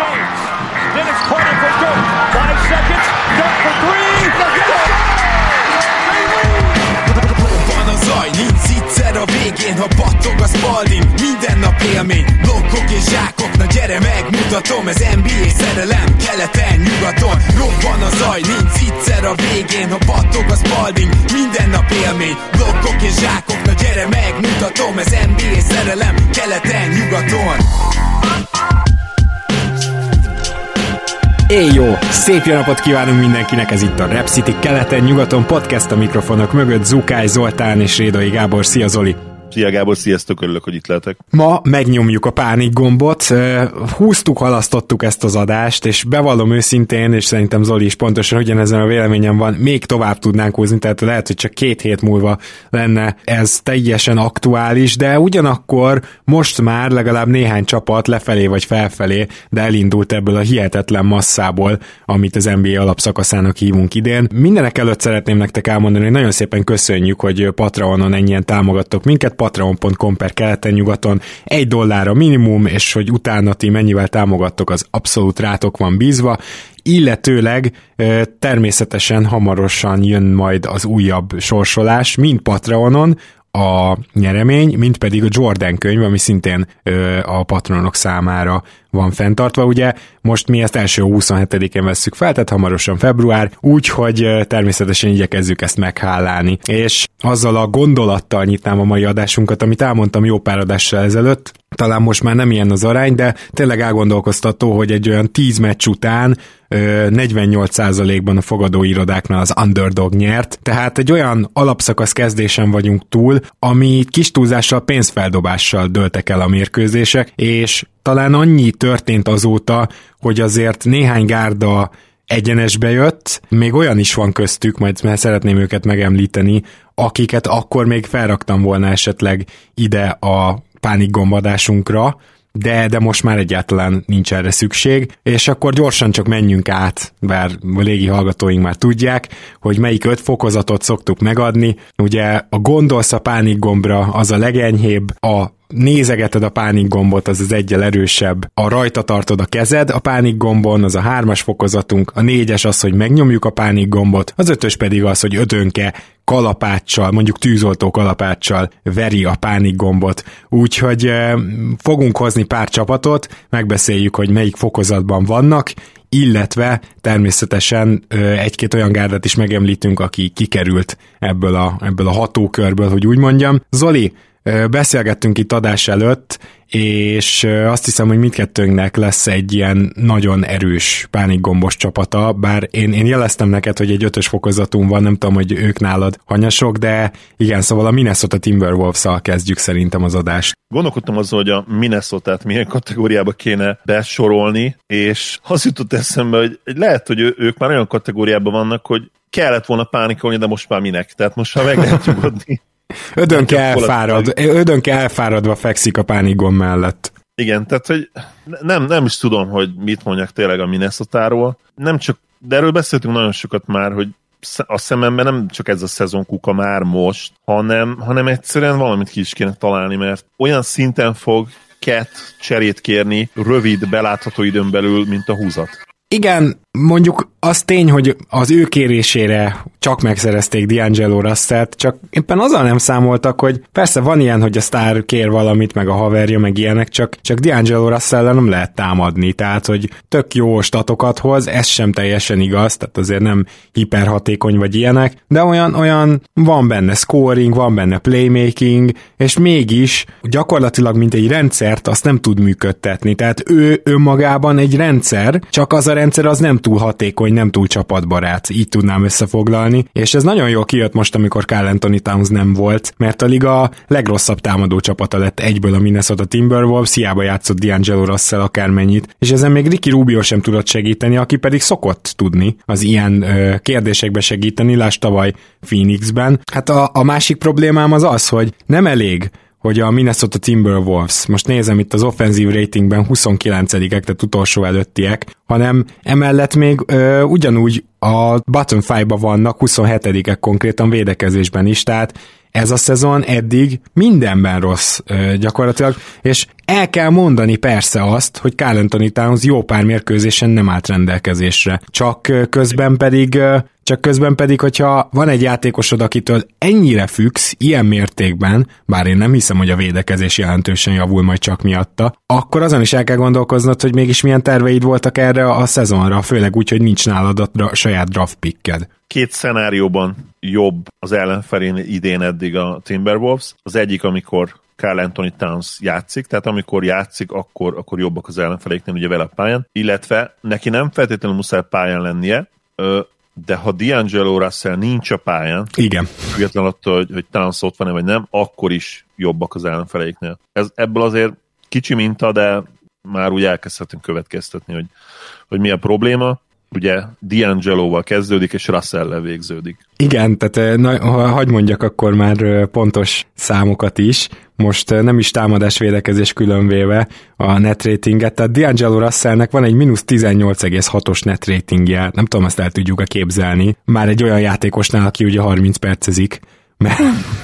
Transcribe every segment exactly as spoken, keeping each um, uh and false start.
James. Dennis corner for Dirk. Five seconds. Dirk for three. Van a zaj, nincs egyszer a végén, ha battog a Spalding, minden nap élmény, blokkok és zsákok, na gyere megmutatom, ez en bé á szerelem, keleten, nyugaton, robban a zaj, nincs egyszer a végén, ha battog a Spalding, minden nap élmény, blokkok és zsákok, na gyere megmutatom, ez en bé á szerelem, keleten, nyugaton. Éj jó! Szép jó napot kívánunk mindenkinek, ez itt a Rap City keleten-nyugaton podcast, a mikrofonok mögött Zukály Zoltán és Rédai Gábor. Szia Zoli! Szia Gábor, sziasztok, örülök, hogy itt lehetek. Ma megnyomjuk a pánik gombot, húztuk, halasztottuk ezt az adást, és bevallom őszintén, és szerintem Zoli is pontosan ugyanezen a véleményem van, még tovább tudnánk húzni, tehát lehet, hogy csak két hét múlva lenne ez teljesen aktuális, de ugyanakkor most már legalább néhány csapat lefelé vagy felfelé, de elindult ebből a hihetetlen masszából, amit az en bé á alapszakaszának hívunk idén. Mindenek előtt szeretném nektek elmondani, hogy nagyon szépen köszönjük, hogy Patreonon ennyien támogattok minket, patreon pont com per keleten-nyugaton, egy dollár a minimum, és hogy utána ti mennyivel támogattok, az abszolút rátok van bízva, illetőleg természetesen hamarosan jön majd az újabb sorsolás, mind Patreonon, a nyeremény, mint pedig a Jordan könyv, ami szintén ö, a patronok számára van fenntartva, ugye most mi ezt első huszonhetedikén vesszük fel, tehát hamarosan február, úgyhogy ö, természetesen igyekezzük ezt meghálálni, és azzal a gondolattal nyitnám a mai adásunkat, amit elmondtam jó pár adással ezelőtt, talán most már nem ilyen az arány, de tényleg elgondolkoztató, hogy egy olyan tíz meccs után ö, negyvennyolc százalékban a fogadóirodáknál az underdog nyert, tehát egy olyan alapszakasz kezdésen vagyunk túl, ami kis túlzással, pénzfeldobással dőltek el a mérkőzések, és talán annyi történt azóta, hogy azért néhány gárda egyenesbe jött, még olyan is van köztük, majd mert szeretném őket megemlíteni, akiket akkor még felraktam volna esetleg ide a pánikgombadásunkra, de, de most már egyáltalán nincs erre szükség, és akkor gyorsan csak menjünk át, bár a légi hallgatóink már tudják, hogy melyik öt fokozatot szoktuk megadni. Ugye a gondolsz a pánikgombra, az a legenyhébb, a nézegeted a pánikgombot, az az egyel erősebb, a rajta tartod a kezed a pánikgombon, az a hármas fokozatunk, a négyes az, hogy megnyomjuk a pánikgombot, az ötös pedig az, hogy ödönke kalapáccsal, mondjuk tűzoltó kalapáccsal veri a pánikgombot. Úgyhogy eh, fogunk hozni pár csapatot, megbeszéljük, hogy melyik fokozatban vannak, illetve természetesen eh, egy-két olyan gárdát is megemlítünk, aki kikerült ebből a, ebből a hatókörből, hogy úgy mondjam. Zoli, beszélgettünk itt adás előtt, és azt hiszem, hogy mindkettőnknek lesz egy ilyen nagyon erős pánikgombos csapata, bár én, én jeleztem neked, hogy egy ötös fokozatunk van, nem tudom, hogy ők nálad hanyasok, de igen, szóval a Minnesota Timberwolves-szal kezdjük szerintem az adást. Gondolkodtam azon, hogy a Minnesotát milyen kategóriába kéne besorolni, és az jutott eszembe, hogy lehet, hogy ők már olyan kategóriában vannak, hogy kellett volna pánikolni, de most már minek? Tehát most már meg lehet nyugodni. Ödönke elfárad, ödönke elfáradva fekszik a pánikgomb mellett. Igen, tehát hogy nem, nem is tudom, hogy mit mondjak tényleg a Minnesotáról. Nem csak, de erről beszéltünk nagyon sokat már, hogy a szememben nem csak ez a szezon kuka már most, hanem, hanem egyszerűen valamit ki is kéne találni, mert olyan szinten fog Cat cserét kérni rövid, belátható időn belül, mint a húzat. Igen, mondjuk az tény, hogy az ő kérésére csak megszerezték D'Angelo Russellt, csak éppen azzal nem számoltak, hogy persze van ilyen, hogy a sztár kér valamit, meg a haverja, meg ilyenek, csak, csak D'Angelo Russell-lel nem lehet támadni, tehát hogy tök jó statokat hoz, ez sem teljesen igaz, tehát azért nem hiperhatékony vagy ilyenek, de olyan, olyan van benne scoring, van benne playmaking, és mégis gyakorlatilag mint egy rendszert azt nem tud működtetni, tehát ő önmagában egy rendszer, csak az a rendszer az nem túl hatékony, nem túl csapatbarát, így tudnám összefoglalni, és ez nagyon jól kijött most, amikor Karl Anthony Towns nem volt, mert a liga legrosszabb támadó csapata lett egyből a Minnesota Timberwolves, hiába játszott D'Angelo Russell akármennyit, és ezen még Ricky Rubio sem tudott segíteni, aki pedig szokott tudni az ilyen ö, kérdésekbe segíteni, lásd tavaly Phoenixben. Hát a, a másik problémám az az, hogy nem elég, hogy a Minnesota Timberwolves, most nézem itt az offenzív ratingben huszonkilencedikek, tehát utolsó előttiek, hanem emellett még ö, ugyanúgy a bottom five-ba vannak, huszonhetedikek konkrétan védekezésben is, tehát ez a szezon eddig mindenben rossz gyakorlatilag, és el kell mondani persze azt, hogy Karl Anthony Towns jó pár mérkőzésen nem állt rendelkezésre. Csak közben pedig Csak közben pedig, hogyha van egy játékosod, akitől ennyire függsz, ilyen mértékben, bár én nem hiszem, hogy a védekezés jelentősen javul majd csak miatta, akkor azon is el kell gondolkoznod, hogy mégis milyen terveid voltak erre a szezonra, főleg úgy, hogy nincs nálad a dra- saját draft picked. Két szenárióban jobb az ellenfelén idén eddig a Timberwolves. Az egyik, amikor Karl Anthony Towns játszik, tehát amikor játszik, akkor, akkor jobbak az ellenfeléknél ugye vele a pályán, illetve neki nem feltétlenül muszáj pályán lennie, de ha D'Angelo Russell nincs a pályán, igen, függetlenül attól, hogy, hogy Towns ott van-e vagy nem, akkor is jobbak az ellenfeleiknél. Ez, ebből azért kicsi minta, de már úgy elkezdhetünk következtetni, hogy, hogy mi a probléma. Ugye D'Angeloval kezdődik, és Russell-lel végződik. Igen, tehát na, ha, hagy mondjak akkor már pontos számokat is. Most nem is támadás-védekezés különvéve a net ratinget, tehát D'Angelo Russellnek van egy mínusz tizennyolc egész hatos net ratingje, nem tudom, ezt el tudjuk-e képzelni. Már egy olyan játékosnál, aki ugye harminc percezik, mert...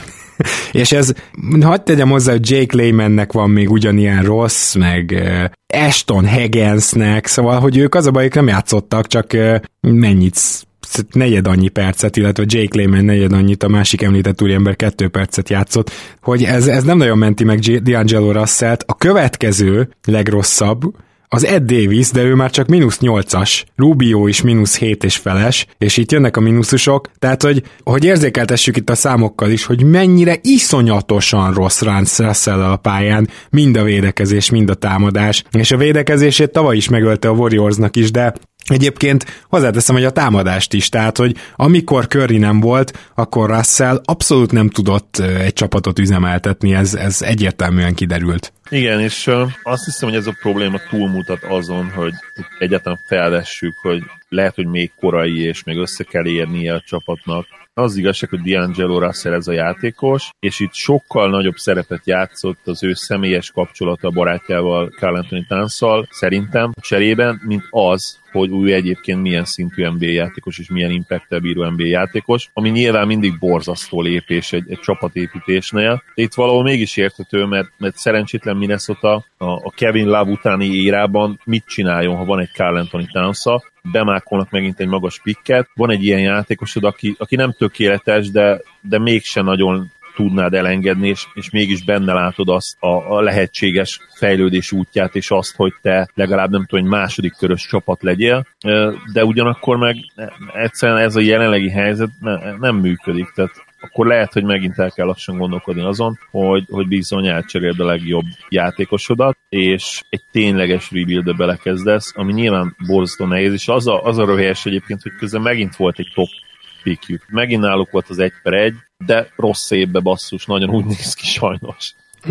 És ez, hadd tegyem hozzá, hogy Jake Laymannek van még ugyanilyen rossz, meg Ashton Hagginsnek, szóval, hogy ők az a bajok nem játszottak, csak mennyit, negyed annyi percet, illetve Jake Layman negyed annyit, a másik említett úriember kettő percet játszott, hogy ez, ez nem nagyon menti meg D'Angelo Russellt. A következő legrosszabb az Ed Davis, de ő már csak mínusz nyolcas, Rubio is mínusz hét és feles, és itt jönnek a mínuszusok, tehát hogy, hogy érzékeltessük itt a számokkal is, hogy mennyire iszonyatosan rossz Russell a pályán, mind a védekezés, mind a támadás, és a védekezését tavaly is megölte a Warriorsnak is, de egyébként hozzáteszem, hogy a támadást is, tehát, hogy amikor Curry nem volt, akkor Russell abszolút nem tudott egy csapatot üzemeltetni, ez, ez egyértelműen kiderült. Igen, és uh, azt hiszem, hogy ez a probléma túlmutat azon, hogy egyáltalán felvessük, hogy lehet, hogy még korai, és még össze kell érnie a csapatnak. Az igazság, hogy D'Angelo Russell ez a játékos, és itt sokkal nagyobb szerepet játszott az ő személyes kapcsolata a barátjával, Karl Anthony Townsszal, szerintem cserében, mint az, hogy ő egyébként milyen szintű en bé á játékos, és milyen impact-tel bíró en bé á játékos, ami nyilván mindig borzasztó lépés egy, egy csapatépítésnél. De itt valahol mégis érthető, mert, mert szerencsétlen Minnesota a, a Kevin Love utáni érában mit csináljon, ha van egy Karl Anthony Towns-a, bemákolnak megint egy magas picket, van egy ilyen játékosod, aki, aki nem tökéletes, de, de mégsem nagyon tudnád elengedni, és, és mégis benne látod azt a, a lehetséges fejlődés útját, és azt, hogy te legalább nem tudom, egy második körös csapat legyél, de ugyanakkor meg egyszerűen ez a jelenlegi helyzet ne, nem működik, tehát akkor lehet, hogy megint el kell lassan gondolkodni azon, hogy, hogy bizony elcseréld a legjobb játékosodat, és egy tényleges rebuild-be belekezdesz, ami nyilván borzasztó nehéz, és az a, az a röhelyes egyébként, hogy közben megint volt egy top pickjük. Megint náluk volt az egy per egy, de rossz évbe basszus, nagyon úgy néz ki sajnos.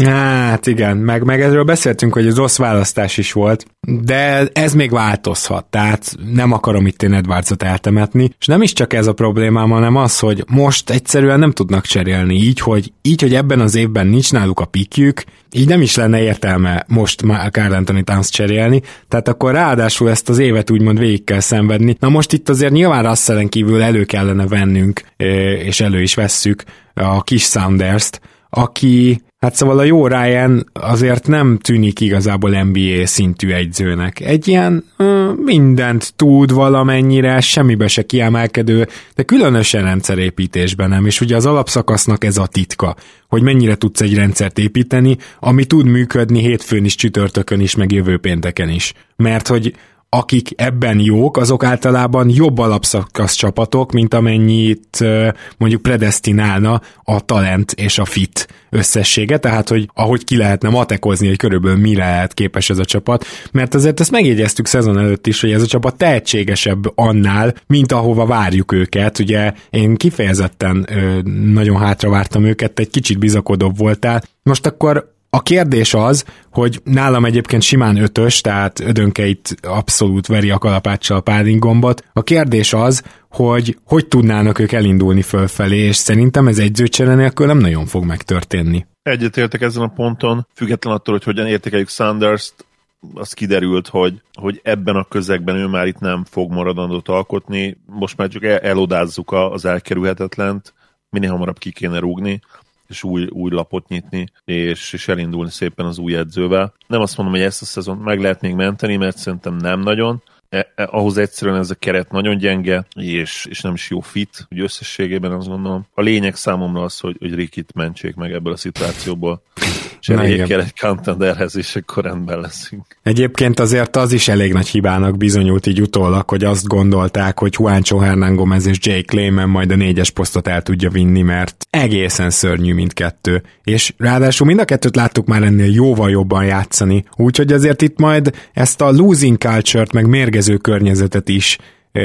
Hát igen, meg, meg erről beszéltünk, hogy ez rossz választás is volt, de ez még változhat, tehát nem akarom itt én Edwardsot eltemetni, és nem is csak ez a problémám, hanem az, hogy most egyszerűen nem tudnak cserélni, így hogy, így, hogy ebben az évben nincs náluk a pickjük, így nem is lenne értelme most már Karl Anthony Towns cserélni, tehát akkor ráadásul ezt az évet úgymond végig kell szenvedni. Na most itt azért nyilván Russellen kívül elő kellene vennünk, és elő is vesszük a kis Saunders-t, aki, hát szóval a jó Ryan azért nem tűnik igazából en bé á szintű egyzőnek. Egy ilyen uh, mindent tud valamennyire, semmibe se kiemelkedő, de különösen rendszerépítésben nem, és ugye az alapszakasznak ez a titka, hogy mennyire tudsz egy rendszert építeni, ami tud működni hétfőn is, csütörtökön is, meg jövő pénteken is. Mert hogy akik ebben jók, azok általában jobb alapszakasz csapatok, mint amennyit mondjuk predesztinálna a talent és a fit összessége, tehát hogy ahogy ki lehetne matekozni, hogy körülbelül mire lehet képes ez a csapat, mert azért ezt megjegyeztük szezon előtt is, hogy ez a csapat tehetségesebb annál, mint ahova várjuk őket, ugye én kifejezetten nagyon hátra vártam őket, egy kicsit bizakodóbb voltál, most akkor a kérdés az, hogy nálam egyébként simán ötös, tehát Ödönkeit abszolút veri a kalapáccsal a pálingombot. A kérdés az, hogy hogy tudnának ők elindulni fölfelé, és szerintem ez edzőcsere nélkül nem nagyon fog megtörténni. Egyetértek ezen a ponton, független attól, hogy hogyan értékeljük Saunders-t, az kiderült, hogy, hogy ebben a közegben ő már itt nem fog maradandót alkotni, most már csak el- elodázzuk az elkerülhetetlent, minél hamarabb ki kéne rúgni. és új, új lapot nyitni, és, és elindulni szépen az új edzővel. Nem azt mondom, hogy ezt a szezont meg lehet még menteni, mert szerintem nem nagyon. Eh, eh, ahhoz egyszerűen ez a keret nagyon gyenge, és, és nem is jó fit, úgy összességében azt gondolom. A lényeg számomra az, hogy, hogy Rikit mentsék meg ebből a szituációból, és elég kell egy contenderhez, és akkor rendben leszünk. Egyébként azért az is elég nagy hibának bizonyult így utólag, hogy azt gondolták, hogy Juancho Hernán Gómez és Jake Layman majd a négyes posztot el tudja vinni, mert egészen szörnyű mindkettő. És ráadásul mind a kettőt láttuk már ennél jóval jobban játszani, úgyhogy azért itt majd ezt a losing culture-t, meg mérgező környezetet is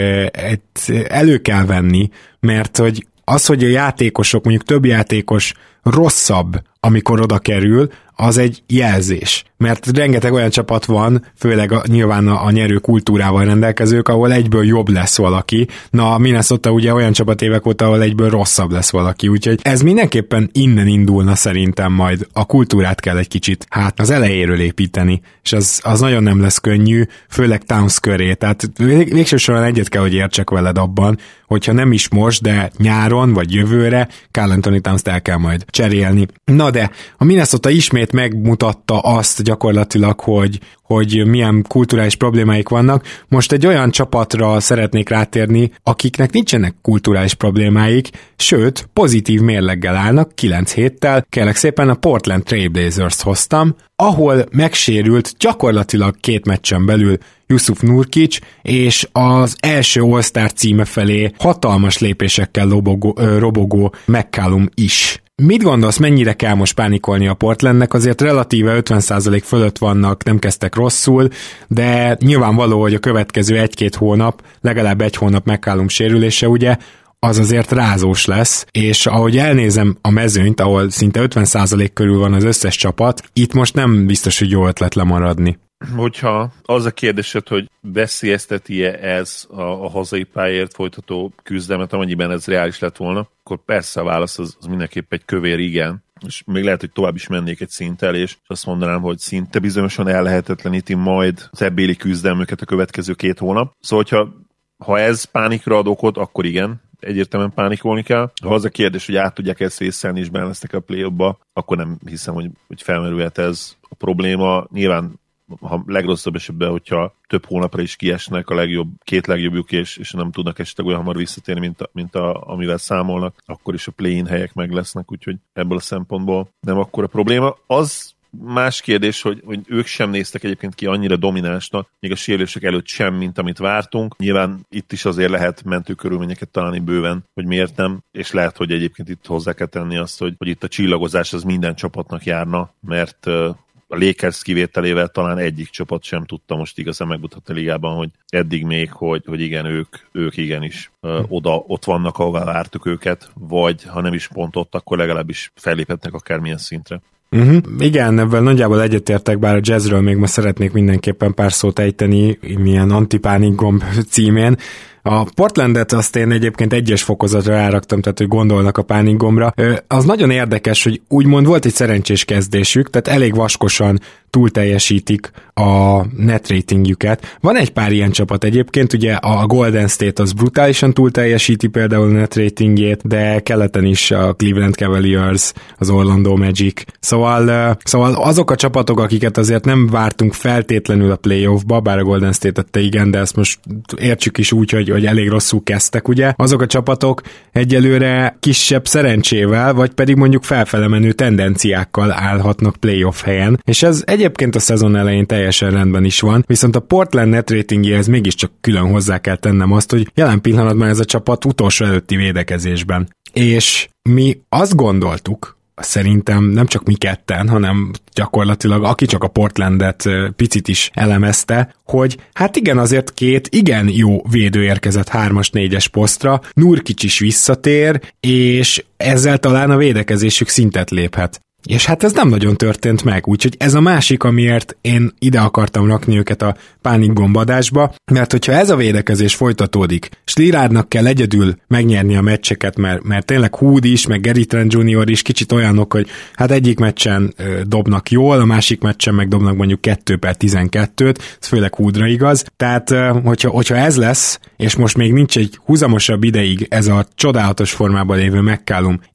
elő kell venni, mert hogy az, hogy a játékosok, mondjuk több játékos rosszabb, amikor oda kerül, az egy jelzés. Mert rengeteg olyan csapat van, főleg a, nyilván a, a nyerő kultúrával rendelkezők, ahol egyből jobb lesz valaki. Na, a Minnesota ugye olyan csapat évek óta, ahol egyből rosszabb lesz valaki. Úgyhogy ez mindenképpen innen indulna szerintem majd. A kultúrát kell egy kicsit hát az elejéről építeni, és az, az nagyon nem lesz könnyű, főleg Towns köré. Tehát vég, végső soron egyet kell, hogy értsek veled abban, hogyha nem is most, de nyáron vagy jövőre Karl Anthony Towns-t el kell majd cserélni. Na de a Minnesota ismét megmutatta azt gyakorlatilag, hogy, hogy milyen kulturális problémáik vannak. Most egy olyan csapatra szeretnék rátérni, akiknek nincsenek kulturális problémáik, sőt, pozitív mérleggel állnak, kilenc héttel, kérlek szépen a Portland Trail Blazers hoztam, ahol megsérült gyakorlatilag két meccsen belül Jusuf Nurkic, és az első All-Star címe felé hatalmas lépésekkel lobogó, ö, robogó McCallum is. Mit gondolsz, mennyire kell most pánikolni a Portlandnek? Azért relatíve ötven százalék fölött vannak, nem kezdtek rosszul, de nyilvánvaló, hogy a következő egy-két hónap, legalább egy hónap McCallum sérülése, ugye, az azért rázós lesz, és ahogy elnézem a mezőnyt, ahol szinte ötven százalék körül van az összes csapat, itt most nem biztos, hogy jó ötlet lemaradni. Hogyha az a kérdésed, hogy veszélyezteti-e ez a, a hazai pályáért folytató küzdelmet, amennyiben ez reális lett volna, akkor persze a válasz az, az mindenképp egy kövér igen, és még lehet, hogy tovább is mennék egy szinttel, és azt mondanám, hogy szinte bizonyosan ellehetetleníti majd az ebbéli küzdelmüket a következő két hónap. Szóval, hogyha ha ez pánikra ad okot, akkor igen, egyértelműen pánikolni kell. Ha az a kérdés, hogy át tudják ezt vészelni és benne lesznek a play-offba, akkor nem hiszem, hogy, hogy felmerülhet ez a probléma. Nyilván ha legrosszabb esetben, hogyha több hónapra is kiesnek a legjobb, két legjobbjuk, és, és nem tudnak esetleg olyan hamar visszatérni, mint, a, mint a, amivel számolnak, akkor is a play-in helyek meg lesznek, úgyhogy ebből a szempontból nem akkora probléma. Az más kérdés, hogy, hogy ők sem néztek egyébként ki annyira dominánsnak, még a sérülések előtt sem, mint amit vártunk. Nyilván itt is azért lehet mentőkörülményeket találni bőven, hogy miért nem, és lehet, hogy egyébként itt hozzá kell tenni azt, hogy, hogy itt a csillagozás az minden csapatnak járna, mert a Lakers kivételével talán egyik csapat sem tudta most igazán megmutatni a ligában, hogy eddig még, hogy, hogy igen, ők, ők igenis ö, oda, ott vannak, ahová vártuk őket, vagy ha nem is pont ott, akkor legalábbis felléphetnek akármilyen szintre. Uh-huh. Igen, ebben nagyjából egyetértek, bár a Jazzről még ma szeretnék mindenképpen pár szót ejteni, milyen antipánik gomb címén. A Portlandet azt én egyébként egyes fokozatra ráraktam, tehát hogy gondolnak a pánikgombra. Az nagyon érdekes, hogy úgymond volt egy szerencsés kezdésük, tehát elég vaskosan túl teljesítik a net ratingjüket. Van egy pár ilyen csapat egyébként, ugye a Golden State az brutálisan túl teljesíti például a net ratingjét, de keleten is a Cleveland Cavaliers, az Orlando Magic. Szóval, szóval azok a csapatok, akiket azért nem vártunk feltétlenül a playoffba, bár a Golden State tette igen, de ezt most értsük is úgy, hogy, hogy elég rosszul kezdtek, ugye? Azok a csapatok egyelőre kisebb szerencsével, vagy pedig mondjuk felfele menő tendenciákkal állhatnak playoff helyen, és ez egyébként a szezon elején teljesen rendben is van, viszont a Portland net ratingjéhez mégiscsak külön hozzá kell tennem azt, hogy jelen pillanatban ez a csapat utolsó előtti védekezésben. És mi azt gondoltuk, szerintem nem csak mi ketten, hanem gyakorlatilag aki csak a Portlandet picit is elemezte, hogy hát igen, azért két igen jó védő érkezett hármas, négyes posztra, Nurkic is visszatér, és ezzel talán a védekezésük szintet léphet. És hát ez nem nagyon történt meg, úgyhogy ez a másik, amiért én ide akartam rakni őket a pánikgombadásba, mert hogyha ez a védekezés folytatódik, és Lillardnak kell egyedül megnyerni a meccseket, mert, mert tényleg Hood is, meg Gary Trent junior is kicsit olyanok, hogy hát egyik meccsen ö, dobnak jól, a másik meccsen meg dobnak mondjuk kettő per tizenkettőt, ez főleg Hoodra igaz, tehát ö, hogyha, hogyha ez lesz, és most még nincs egy húzamosabb ideig ez a csodálatos formában lévő McCallum,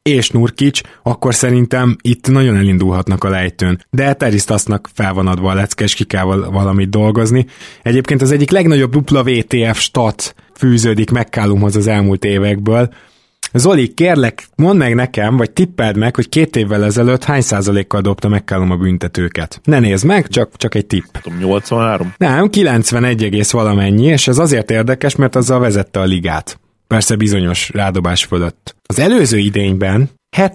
és Nurkic, akkor szerintem itt nagyon elindulhatnak a lejtőn. De Terry Stottsnak fel van adva a lecke, és ki kell valamit dolgozni. Egyébként az egyik legnagyobb dupla vé té ef stat fűződik McCallumhoz az elmúlt évekből. Zoli, kérlek, mondd meg nekem, vagy tippeld meg, hogy két évvel ezelőtt hány százalékkal dobta McCallum a büntetőket. Ne nézd meg, csak, csak egy tipp. Tudom, nyolcvanhárom? Nem, kilencvenegy egész valamennyi, és ez azért érdekes, mert azzal vezette a ligát. Persze bizonyos rádobás fölött. Az előző idényben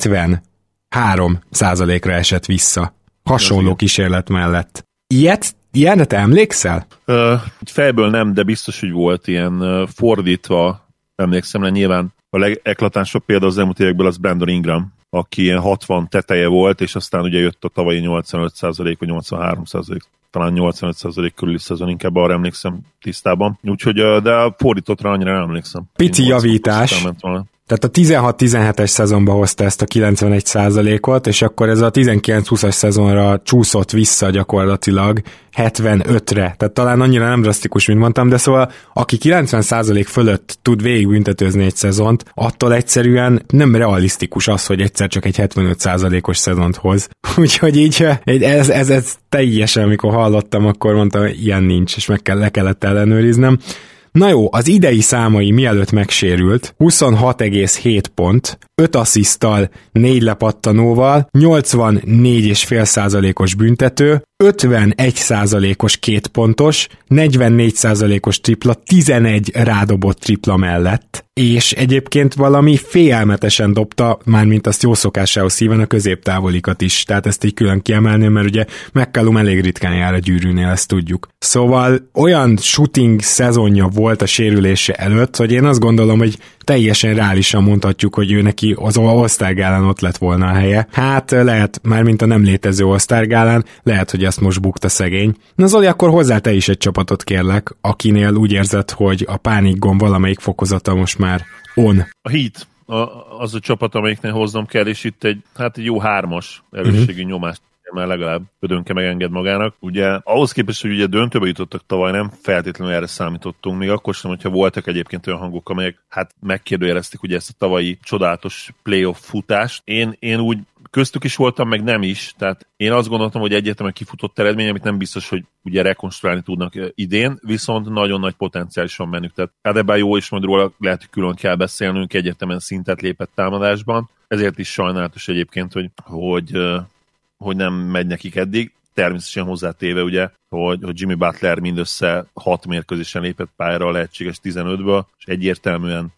hetvenhárom százalékra esett vissza. Hasonló kísérlet mellett. Ilyet, ilyenre te emlékszel? Uh, fejből nem, de biztos, hogy volt ilyen uh, fordítva, emlékszem rá, nyilván a legeklatánsabb példa az elmúlt évekből az Brandon Ingram, aki ilyen hatvan teteje volt, és aztán ugye jött a tavalyi nyolcvanöt százalék, vagy nyolcvanhárom százalék, talán nyolcvanöt százalék körüli szezon, inkább arra emlékszem tisztában. Úgyhogy, de fordítottra annyira nem emlékszem. Pici javítás. Tehát a tizenhat tizenhetes szezonban hozta ezt a kilencvenegy százalékot, és akkor ez a tizenkilenc húszas szezonra csúszott vissza gyakorlatilag hetvenötre. Tehát talán annyira nem drasztikus, mint mondtam, de szóval aki kilencven százalék fölött tud végigbüntetőzni egy szezont, attól egyszerűen nem realisztikus az, hogy egyszer csak egy hetvenöt százalékos szezont hoz. Úgyhogy így ez, ez, ez teljesen, amikor hallottam, akkor mondtam, hogy ilyen nincs, és meg kell, le kellett ellenőriznem. Na jó, az idei számai mielőtt megsérült, huszonhat egész hét pont, öt assziszttal, négy lepattanóval, nyolcvannégy egész öt százalékos büntető, ötvenegy százalékos két pontos, negyvennégy százalékos tripla, tizenegy rádobott tripla mellett, és egyébként valami félelmetesen dobta, mármint azt jó szokásához híven a középtávolikat is, tehát ezt így külön kiemelném, mert ugye McCallum elég ritkán jár a gyűrűnél, ezt tudjuk. Szóval olyan shooting szezonja volt a sérülése előtt, hogy én azt gondolom, hogy teljesen reálisan mondhatjuk, hogy ő neki az All-Star gálán ott lett volna a helye. Hát lehet, már mint a nem létező All-Star gálán, lehet, hogy ezt most bukta szegény. Na Zoli, akkor hozzá te is egy csapatot kérlek, akinél úgy érzed, hogy a pánikgomb valamelyik fokozata most már on. A Heat a, az a csapat, amelyiknél hoznom kell, és itt egy, hát egy jó hármas erősségű uh-huh. nyomást már legalább Dönke megenged magának. Ugye ahhoz képest, hogy ugye döntőbe jutottak tavaly, nem feltétlenül erre számítottunk, még akkor sem, hogyha voltak egyébként olyan hangok, amelyek hát megkérdőjelezték ugye ezt a tavalyi csodálatos playoff futást. Én, én úgy köztük is voltam, meg nem is, tehát én azt gondoltam, hogy egyértelműen kifutott eredmény, amit nem biztos, hogy ugye rekonstruálni tudnak idén, viszont nagyon nagy potenciális van bennük. Tehát Adebayo is majd róla lehet, hogy külön kell beszélnünk, egyértelműen szintet lépett támadásban. Ezért is sajnálatos egyébként, hogy, hogy hogy nem megy nekik eddig. Természetesen hozzátéve ugye, hogy, hogy Jimmy Butler mindössze hat mérkőzésen lépett pályára a lehetséges tizenötből, és egyértelműen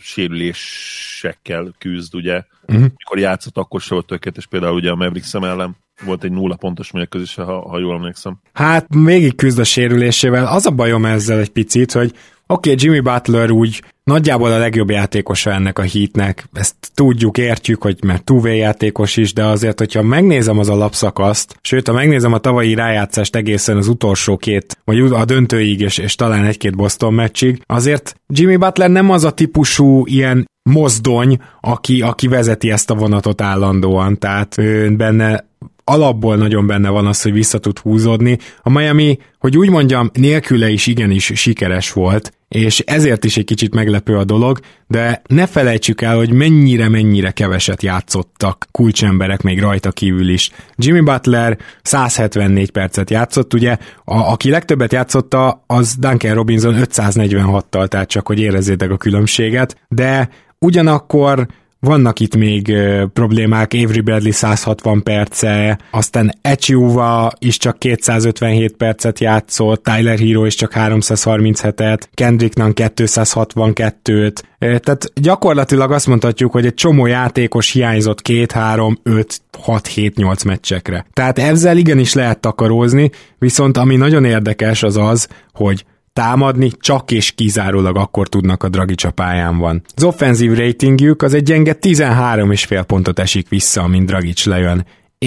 sérülésekkel küzd, ugye. Uh-huh. Mikor játszott, akkor se volt tökéletes, például ugye a Mavericks ellen volt egy nulla pontos mérkőzés, ha, ha jól emlékszem. Hát végig küzd a sérülésével. Az a bajom ezzel egy picit, hogy oké, okay, Jimmy Butler úgy nagyjából a legjobb játékosa ennek a Heatnek, ezt tudjuk, értjük, hogy mert two-way játékos is, de azért, hogyha megnézem az alapszakaszt, sőt, ha megnézem a tavalyi rájátszást egészen az utolsó két, vagy a döntőig, és, és talán egy-két Boston meccsig, azért Jimmy Butler nem az a típusú ilyen mozdony, aki, aki vezeti ezt a vonatot állandóan, tehát ő benne alapból nagyon benne van az, hogy vissza tud húzódni. A Miami, hogy úgy mondjam, nélküle is igenis sikeres volt, és ezért is egy kicsit meglepő a dolog, de ne felejtsük el, hogy mennyire-mennyire keveset játszottak kulcsemberek még rajta kívül is. Jimmy Butler száz hetvennégy percet játszott, ugye, a, aki legtöbbet játszotta, az Duncan Robinson ötszáznegyvenhattal, tehát csak, hogy érezzétek a különbséget, de ugyanakkor vannak itt még uh, problémák, Avery Bradley száz hatvan perce, aztán Echiuwa is csak kétszázötvenhét percet játszott, Tyler Hero is csak háromszázharminchetet, Kendrick Nunn kétszázhatvankettőt, uh, tehát gyakorlatilag azt mondhatjuk, hogy egy csomó játékos hiányzott két, három, öt, hat, hét, nyolc meccsekre. Tehát ezzel igenis lehet takarózni, viszont ami nagyon érdekes az az, hogy támadni csak és kizárólag akkor tudnak a Dragic a pályán van. Az offenzív ratingjük az egy gyenge tizenhárom egész öt pontot esik vissza, amint Dragic lejön.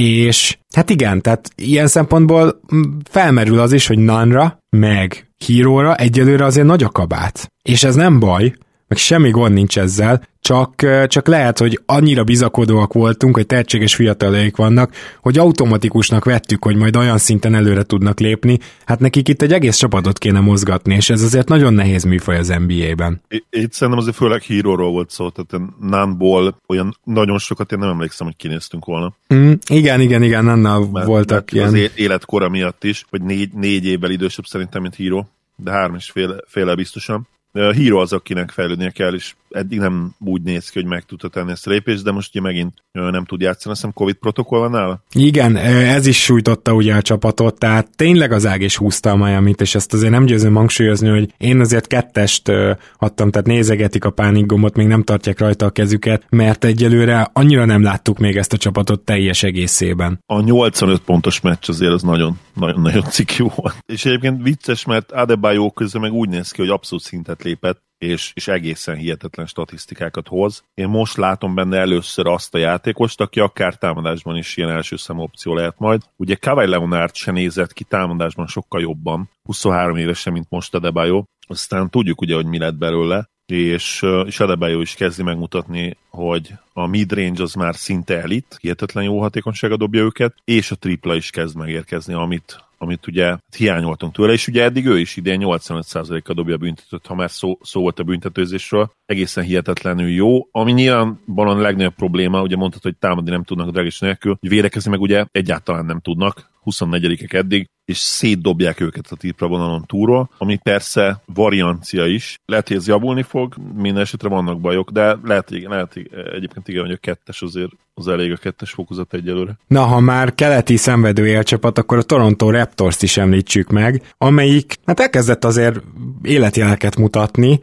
És hát igen, tehát ilyen szempontból felmerül az is, hogy Nunnra, meg Hero-ra egyelőre azért nagy a kabát. És ez nem baj, meg semmi gond nincs ezzel, csak, csak lehet, hogy annyira bizakodóak voltunk, hogy tehetséges fiataljaik vannak, hogy automatikusnak vettük, hogy majd olyan szinten előre tudnak lépni, hát nekik itt egy egész csapatot kéne mozgatni, és ez azért nagyon nehéz műfaj az en bé á-ben. Itt szerintem azért főleg Hero-ról volt szó, tehát Nánból olyan nagyon sokat én nem emlékszem, hogy kinéztünk volna. Mm, igen, igen, igen, Nánnal mert, voltak mert ilyen. Az életkora miatt is, hogy négy, négy évvel idősebb szerintem, mint Hero, de három és fél, féle biztosan. A Hero az, akinek fejlődnie kell, és eddig nem úgy néz ki, hogy meg tudta tenni ezt a lépést, de most ugye megint nem tud játszani, azt hiszem Covid protokoll van nála? Igen, ez is sújtotta ugye a csapatot, tehát tényleg az ág is húzta a Miamit, és ezt azért nem győzöm hangsúlyozni, hogy én azért kettest adtam, tehát nézegetik a pánikgombot, még nem tartják rajta a kezüket, mert egyelőre annyira nem láttuk még ezt a csapatot teljes egészében. A nyolcvanöt pontos meccs azért az nagyon, nagyon, nagyon ciki volt. És egyébként vicces, mert Adebayo közben meg úgy néz ki, hogy abszolút szintet lépett, és, és egészen hihetetlen statisztikákat hoz. Én most látom benne először azt a játékost, aki akár támadásban is ilyen első számú opció lehet majd. Ugye Kawhi Leonard se nézett ki támadásban sokkal jobban, huszonhárom évesen, mint most Adebayo. Aztán tudjuk ugye, hogy mi lett belőle, és, és Adebayo is kezdi megmutatni, hogy a midrange az már szinte elit, hihetetlen jó hatékonysága dobja őket, és a tripla is kezd megérkezni, amit amit ugye hiányoltunk tőle, és ugye eddig ő is idén nyolcvanöt százalékkal dobja a büntetőt, ha már szó, szó volt a büntetőzésről, egészen hihetetlenül jó, ami nyilvánvalóan a legnagyobb probléma, ugye mondtad, hogy támadni nem tudnak a drágés nélkül, hogy védekezni meg ugye egyáltalán nem tudnak, huszonnegyedikek eddig, és szétdobják őket a tripla vonalon túlról, ami persze variancia is. Lehet, hogy ez javulni fog, minden esetre vannak bajok, de lehet, lehet egyébként igen, hogy a kettes azért az elég a kettes fokozat egyelőre. Na, ha már keleti szenvedő élcsapat, akkor a Toronto Raptors-t is említsük meg, amelyik hát elkezdett azért életjeleket mutatni,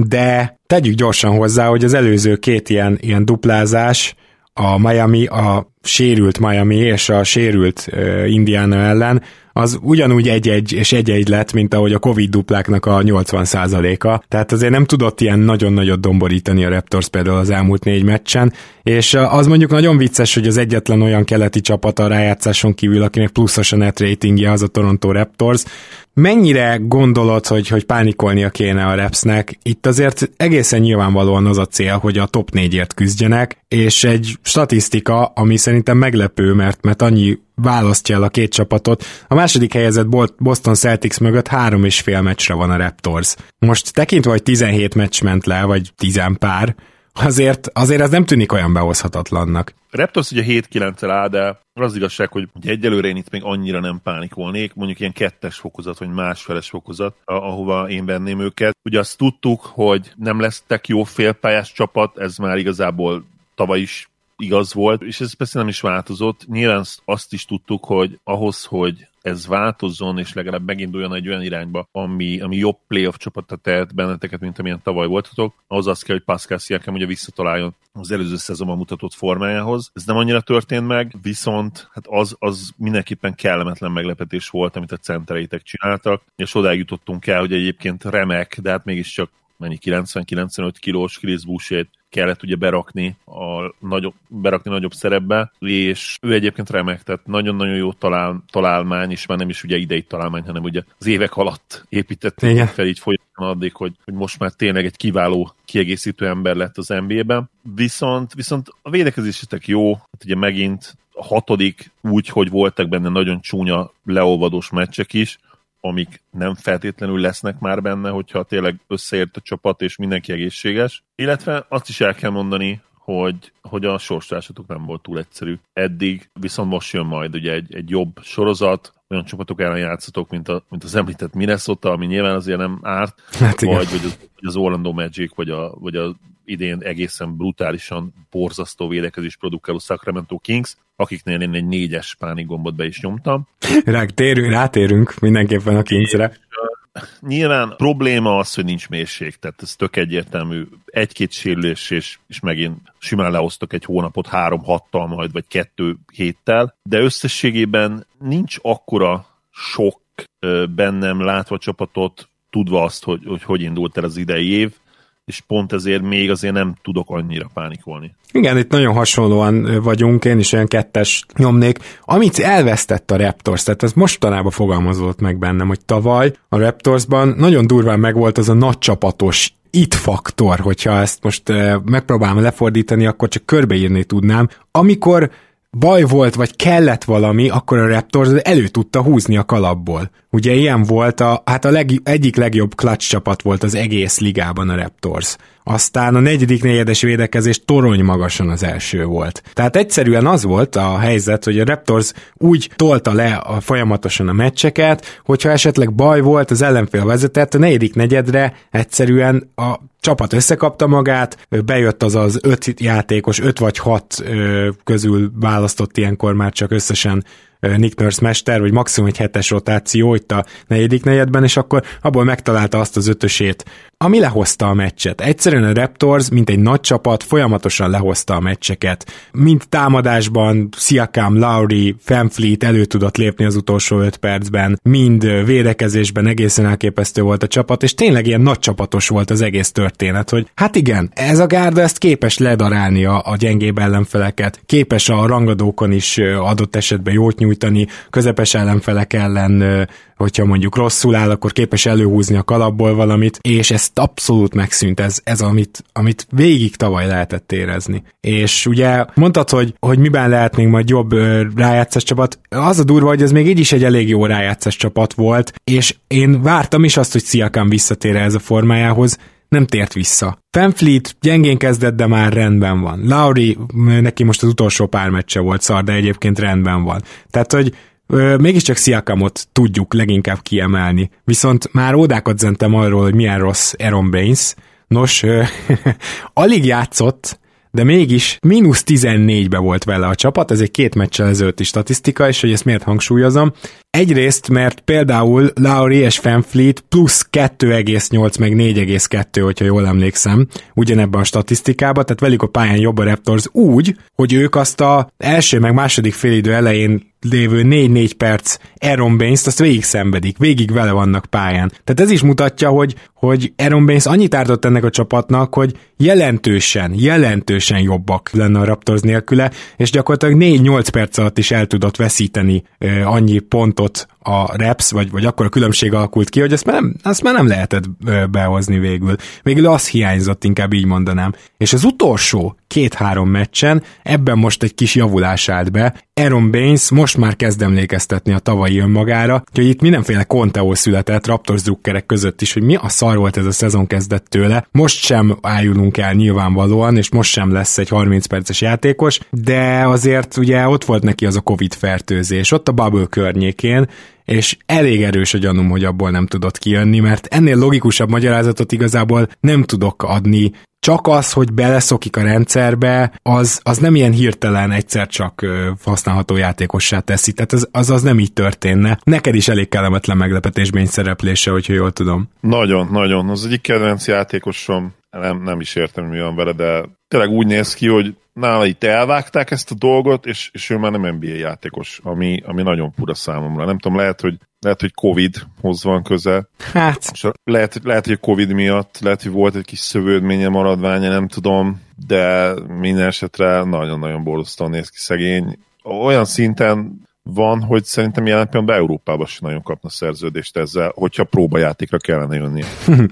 de tegyük gyorsan hozzá, hogy az előző két ilyen, ilyen duplázás, a Miami, a sérült Miami és a sérült uh, Indiana ellen, az ugyanúgy egy-egy és egy-egy lett, mint ahogy a Covid dupláknak a nyolcvan százaléka. Tehát azért nem tudott ilyen nagyon-nagyot domborítani a Raptors például az elmúlt négy meccsen, és az mondjuk nagyon vicces, hogy az egyetlen olyan keleti csapat a rájátszáson kívül, akinek pluszos a net ratingje, az a Toronto Raptors. Mennyire gondolod, hogy, hogy pánikolnia kéne a Rapsnek? Itt azért egészen nyilvánvalóan az a cél, hogy a top négyért küzdjenek, és egy statisztika, ami szerintem meglepő, mert, mert annyi választja el a két csapatot. A második helyezett Boston Celtics mögött három és fél meccsre van a Raptors. Most tekintve, hogy tizenhét meccs ment le, vagy tizen pár, azért, azért ez nem tűnik olyan behozhatatlannak. A Raptors ugye hét kilenccel áll, de az igazság, hogy egyelőre én itt még annyira nem pánikolnék, mondjuk ilyen kettes fokozat, vagy másfeles fokozat, ahova én venném őket. Ugye azt tudtuk, hogy nem lesztek jó félpályás csapat, ez már igazából tavaly is igaz volt, és ez persze nem is változott. Nyilván azt is tudtuk, hogy ahhoz, hogy ez változzon, és legalább meginduljon egy olyan irányba, ami, ami jobb playoff csapata tehet benneteket, mint amilyen tavaly voltatok, ahhoz az kell, hogy Pascal Siakam ugye visszataláljon az előző szezonban mutatott formájához. Ez nem annyira történt meg, viszont hát az, az mindenképpen kellemetlen meglepetés volt, amit a centereitek csináltak, és odáig jutottunk el, hogy egyébként remek, de hát mégiscsak mennyi kilencven-kilencvenöt kilós Chris Boucher-t kellett ugye berakni, a nagyobb, berakni nagyobb szerepbe, és ő egyébként remek, tehát nagyon-nagyon jó talál, találmány, és már nem is ugye idei találmány, hanem ugye az évek alatt építették fel így folyamatosan addig, hogy, hogy most már tényleg egy kiváló kiegészítő ember lett az en bé á-ben. Viszont, viszont a védekezésetek jó, hát ugye megint a hatodik úgy, hogy voltak benne nagyon csúnya leolvadós meccsek is, amik nem feltétlenül lesznek már benne, hogyha tényleg összeért a csapat, és mindenki egészséges. Illetve azt is el kell mondani, hogy, hogy a sorsolásatok nem volt túl egyszerű. Eddig viszont most jön majd ugye egy, egy jobb sorozat, olyan csapatok ellen játszatok, mint, a, mint az említett Minnesota, ami nyilván azért nem árt, hát vagy, vagy, az, vagy az Orlando Magic, vagy a, vagy a idén egészen brutálisan borzasztó védekezés produkáló Sacramento Kings, akiknél én egy négyes pánikgombot be is nyomtam. Rátérünk, rátérünk mindenképpen a Kingsre. Nyilván probléma az, hogy nincs mérség, tehát ez tök egyértelmű. Egy-két sérülés, és, és megint simán lehoztak egy hónapot három-hattal majd, vagy kettő héttel, de összességében nincs akkora sok bennem látva csapatot, tudva azt, hogy hogy, hogy indult el az idei év, és pont ezért még azért nem tudok annyira pánikolni. Igen, itt nagyon hasonlóan vagyunk, én is olyan kettes nyomnék. Amit elvesztett a Raptors, tehát ez mostanában fogalmazódott meg bennem, hogy tavaly a Raptorsban nagyon durván megvolt az a nagy csapatos it faktor, hogyha ezt most uh, megpróbálom lefordítani, akkor csak körbeírni tudnám. Amikor baj volt, vagy kellett valami, akkor a Raptors elő tudta húzni a kalapból. Ugye ilyen volt, a, hát a leg, egyik legjobb clutch csapat volt az egész ligában a Raptors. Aztán a negyedik negyedes védekezés torony magasan az első volt. Tehát egyszerűen az volt a helyzet, hogy a Raptors úgy tolta le a, folyamatosan a meccseket, hogyha esetleg baj volt, az ellenfél vezetett, a negyedik negyedre egyszerűen a csapat összekapta magát, bejött az az öt játékos, öt vagy hat ö, közül választott ilyenkor már csak összesen Nick Nurse mester, vagy maximum egy hetes rotáció itt a negyedik negyedben, és akkor abból megtalálta azt az ötösét, ami lehozta a meccset. Egyszerűen a Raptors, mint egy nagy csapat, folyamatosan lehozta a meccseket. Mind támadásban Siakam, Lowry, VanVleet elő tudott lépni az utolsó öt percben, mind védekezésben egészen elképesztő volt a csapat, és tényleg ilyen nagy csapatos volt az egész történet, hogy hát igen, ez a gárda ezt képes ledarálni a, a gyengébb ellenfeleket, képes a rangadókon is adott esetben jót nyújtani, közepes ellenfelek ellen, hogyha mondjuk rosszul áll, akkor képes előhúzni a kalapból valamit, és ezt abszolút megszűnt, ez, ez amit, amit végig tavaly lehetett érezni. És ugye mondtad, hogy, hogy miben lehet még majd jobb rájátszás csapat, az a durva, hogy ez még így is egy elég jó rájátszás csapat volt, és én vártam is azt, hogy Siakam visszatér ez a formájához, nem tért vissza. VanVleet gyengén kezdett, de már rendben van. Lowry, neki most az utolsó pár meccse volt szar, de egyébként rendben van. Tehát, hogy Ö, mégiscsak Siakamot tudjuk leginkább kiemelni. Viszont már ódákat zentem arról, hogy milyen rossz Aaron Baines. Nos, ö, alig játszott, de mégis mínusz tizennégybe volt vele a csapat, ez egy két meccsel ezelőtti statisztika, és hogy ezt miért hangsúlyozom? Egyrészt, mert például Lowry és VanVleet plusz kettő egész nyolc meg négy egész kettő, hogyha jól emlékszem, ugyanebben a statisztikában, tehát velük a pályán jobb a Raptors úgy, hogy ők azt az első meg második félidő elején lévő négy-négy perc Aaron Baines-t azt végig szenvedik, végig vele vannak pályán. Tehát ez is mutatja, hogy, hogy Aaron Baines annyit ártott ennek a csapatnak, hogy jelentősen, jelentősen jobbak lenne a Raptors nélküle, és gyakorlatilag négy-nyolc perc alatt is el tudott veszíteni uh, annyi pontot a Raps, vagy, vagy akkor a különbség alakult ki, hogy ezt már nem, ezt már nem lehetett uh, behozni végül. Végül az hiányzott, inkább így mondanám. És az utolsó két-három meccsen ebben most egy kis javulás állt be. Aaron Baines most már kezd emlékeztetni a tavalyi önmagára, hogy itt mindenféle konteó született Raptors drukkerek között is, hogy mi a szar volt ez a szezon kezdett tőle. Most sem ájulunk el nyilvánvalóan, és most sem lesz egy harminc perces játékos, de azért ugye ott volt neki az a Covid fertőzés, ott a bubble környékén, és elég erős a gyanúm, hogy abból nem tudott kijönni, mert ennél logikusabb magyarázatot igazából nem tudok adni. Csak az, hogy beleszokik a rendszerbe, az, az nem ilyen hirtelen egyszer csak ö, használható játékossá teszi, tehát az, az, az nem így történne. Neked is elég kellemetlen meglepetésben szereplése, hogyha jól tudom. Nagyon, nagyon. Az egyik kedvenc játékosom, nem, nem is értem, mi van vele, de tényleg úgy néz ki, hogy nála itt elvágták ezt a dolgot, és, és ő már nem en bé á játékos, ami, ami nagyon fura számomra. Nem tudom, lehet, hogy lehet, hogy Covidhoz van köze. Hát. Lehet, lehet, hogy a Covid miatt, lehet, hogy volt egy kis szövődménye, maradványa, nem tudom, de minden esetre nagyon-nagyon borzasztóan néz ki szegény. Olyan szinten van, hogy szerintem jelen pillanatban Európában sem nagyon kapna szerződést ezzel, hogyha próbajátékra kellene jönnie.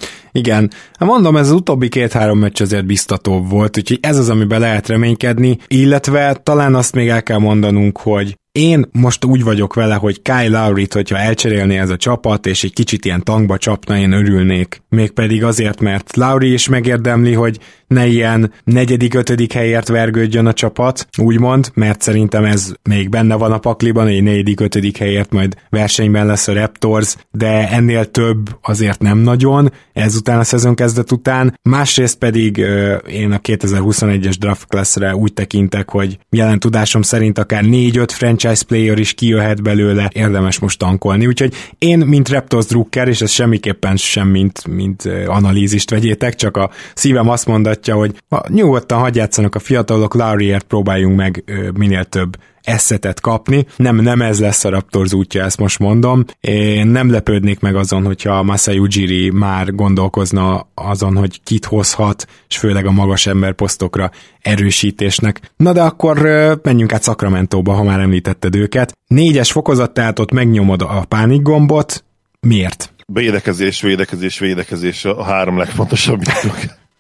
Igen. Mondom, ez az utóbbi két-három meccs azért biztatóbb volt, úgyhogy ez az, amiben lehet reménykedni, illetve talán azt még el kell mondanunk, hogy én most úgy vagyok vele, hogy Kyle Lowryt, hogyha elcserélné ez a csapat, és egy kicsit ilyen tankba csapna, én örülnék. Mégpedig azért, mert Lowry is megérdemli, hogy ne ilyen negyedik, ötödik helyért vergődjön a csapat, úgymond, mert szerintem ez még benne van a pakliban, egy negyedik, ötödik helyért majd versenyben lesz a Raptors, de ennél több azért nem nagyon, ezután a szezon kezdet után. Másrészt pedig euh, én a kétezer-huszonegyes draft classre úgy tekintek, hogy jelen tudásom szerint akár négy-öt franchise player is kijöhet belőle, érdemes most tankolni, úgyhogy én, mint Raptors drukker, és ez semmiképpen sem mint, mint analízist vegyétek, csak a szívem azt mondatja, hogy nyugodtan hagyjátszanak a fiatalok, Lowryért próbáljunk meg ö, minél több eszetet kapni. Nem, nem ez lesz a Raptors útja, ezt most mondom. Én nem lepődnék meg azon, hogyha Masai Ujiri már gondolkozna azon, hogy kit hozhat, és főleg a magas emberposztokra erősítésnek. Na de akkor menjünk át Sacramentóba, ha már említetted őket. Négyes fokozat, tehát ott megnyomod a pánikgombot. Miért? védekezés, védekezés, védekezés a három legfontosabb dolog.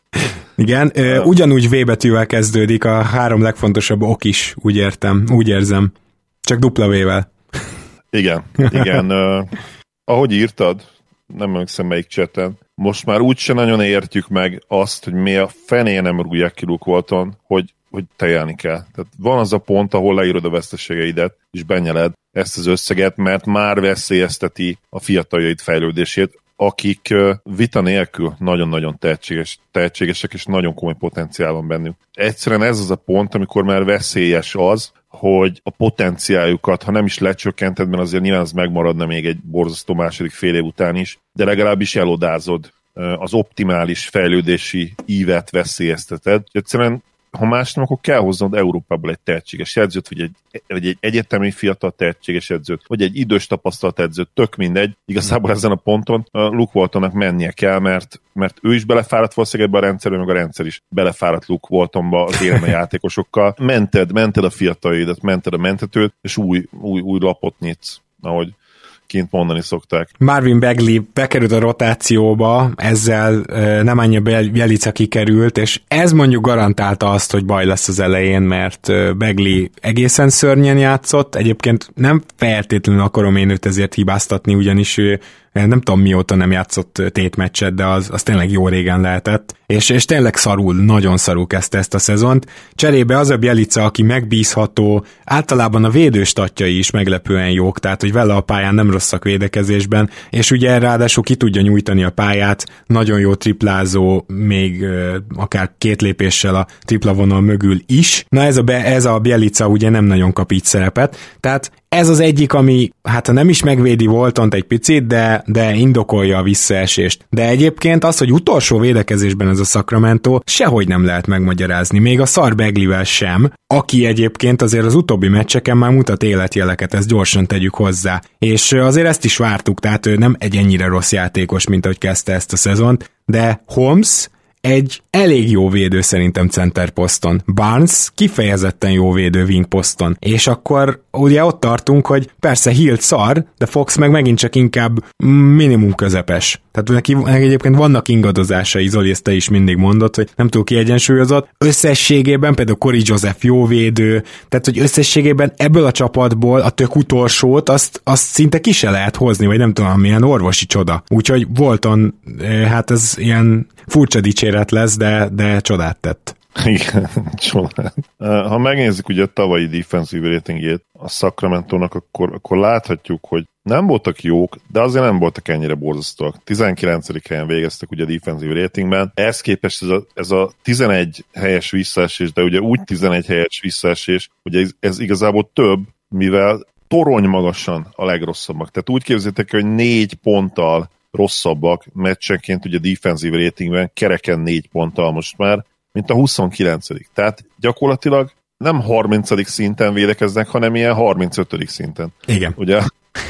Igen, uh, ugyanúgy V betűvel kezdődik a három legfontosabb ok is, úgy értem, úgy érzem. Csak dupla V-vel. Igen, igen. uh, ahogy írtad, nem emlékszem melyik chaten, most már úgyse nagyon értjük meg azt, hogy mi a fené nem rúgják ki Luke Walton, hogy, hogy tejelni kell. Tehát van az a pont, ahol leírod a veszteségeidet, és benyeled ezt az összeget, mert már veszélyezteti a fiataljait fejlődését, akik vita nélkül nagyon-nagyon tehetséges, tehetségesek, és nagyon komoly potenciál van bennük. Egyszerűen ez az a pont, amikor már veszélyes az, hogy a potenciáljukat, ha nem is lecsökkented, mert azért nyilván az megmaradna még egy borzasztó második fél év után is, de legalábbis elodázod, az optimális fejlődési ívet veszélyezteted. Egyszerűen, ha más nem, akkor kell hoznod Európából egy tehetséges edzőt, vagy egy, vagy egy egyetemi fiatal tehetséges edzőt, vagy egy idős tapasztalt edzőt, tök mindegy. Igazából ezen a ponton a Luke Waltonnak mennie kell, mert, mert ő is belefáradt valószínűleg ebbe a rendszerbe, meg a rendszer is belefáradt Luke Waltonba az élme játékosokkal. Mented, mented a fiataljaidat, mented a mentetőt, és új, új, új lapot nyitsz, ahogy kint mondani szokták. Marvin Bagley bekerült a rotációba, ezzel uh, Nemanja Bjelica kikerült, és ez mondjuk garantálta azt, hogy baj lesz az elején, mert uh, Bagley egészen szörnyen játszott, egyébként nem feltétlenül akarom én őt ezért hibáztatni, ugyanis ő nem tudom mióta nem játszott tétmeccset, de az, az tényleg jó régen lehetett, és, és tényleg szarul, nagyon szarul kezdte ezt a szezont. Cserébe az a Bjelica, aki megbízható, általában a védőstatjai is meglepően jók, tehát hogy vele a pályán nem rosszak védekezésben, és ugye ráadásul ki tudja nyújtani a pályát, nagyon jó triplázó, még uh, akár két lépéssel a tripla vonal mögül is. Na ez a, be, ez a Bjelica ugye nem nagyon kap így szerepet, tehát ez az egyik, ami, hát ha nem is megvédi Waltont egy picit, de, de indokolja a visszaesést. De egyébként az, hogy utolsó védekezésben ez a Sacramento, sehogy nem lehet megmagyarázni, még a szar Bagleyvel sem, aki egyébként azért az utóbbi meccseken már mutat életjeleket, ezt gyorsan tegyük hozzá. És azért ezt is vártuk, tehát ő nem egy ennyire rossz játékos, mint ahogy kezdte ezt a szezont, de Holmes egy elég jó védő szerintem center poszton. Barnes kifejezetten jó védő wing poszton. És akkor ugye ott tartunk, hogy persze Hield szar, de Fox meg megint csak inkább minimum közepes. Tehát neki egyébként vannak ingadozásai, Zoli, ezt te is mindig mondod, hogy nem túl kiegyensúlyozott. Összességében például Corey Joseph jó védő, tehát hogy összességében ebből a csapatból a tök utolsót azt, azt szinte ki se lehet hozni, vagy nem tudom, milyen orvosi csoda. Úgyhogy Walton, hát ez ilyen furcsa dicséret lesz, de, de csodát tett. Igen, csodát. Ha megnézzük ugye a tavalyi defensive ratingjét a Sacramento-nak, akkor, akkor láthatjuk, hogy nem voltak jók, de azért nem voltak ennyire borzasztóak. tizenkilencedik helyen végeztek ugye a defensive ratingben. Ehhez képest ez a, ez a tizenegy helyes visszaesés, de ugye úgy tizenegy helyes visszaesés, hogy ez, ez igazából több, mivel torony magasan a legrosszabbak. Tehát úgy képzeljétek, hogy négy ponttal rosszabbak meccsenként ugye defensive ratingben, kereken négy ponttal most már, mint a huszonkilencedik Tehát gyakorlatilag nem harmincadik szinten védekeznek, hanem ilyen harmincötödik szinten. Igen. Ugye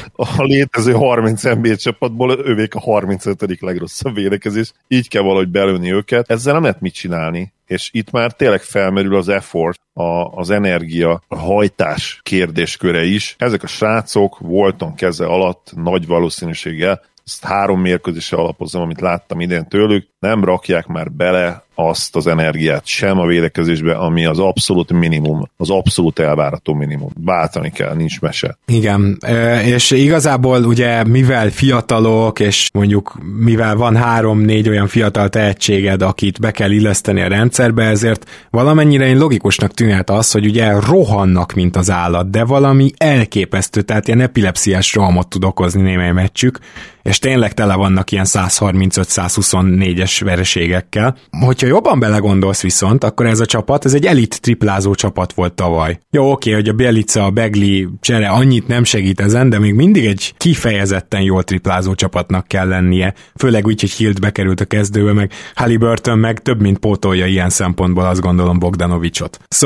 a létező harminc en bé á csapatból ővék a harmincötödik legrosszabb védekezés, így kell valahogy belőni őket. Ezzel nem lehet mit csinálni, és itt már tényleg felmerül az effort, a, az energia, a hajtás kérdésköre is. Ezek a srácok Walton keze alatt nagy valószínűséggel, ezt három mérkőzésre alapozom, amit láttam idén tőlük, nem rakják már bele azt az energiát sem a védekezésbe, ami az abszolút minimum, az abszolút elvárható minimum. Váltani kell, nincs mese. Igen, és igazából ugye mivel fiatalok, és mondjuk mivel van három-négy olyan fiatal tehetséged, akit be kell illeszteni a rendszerbe, ezért valamennyire én logikusnak tűnhet az, hogy ugye rohannak, mint az állat, de valami elképesztő, tehát ilyen epilepsziás rohamot tud okozni némely meccsük, és tényleg tele vannak ilyen száz harmincöt száz huszonnégyes vereségekkel. Hogyha jobban belegondolsz viszont, akkor ez a csapat, ez egy elit triplázó csapat volt tavaly. Jó, oké, hogy a Bjelica, a Bagley csere annyit nem segít ezen, de még mindig egy kifejezetten jól triplázó csapatnak kell lennie. Főleg úgy, hogy Hield bekerült a kezdőbe, meg Haliburton meg több mint pótolja ilyen szempontból, azt gondolom, Bogdanovicsot. So,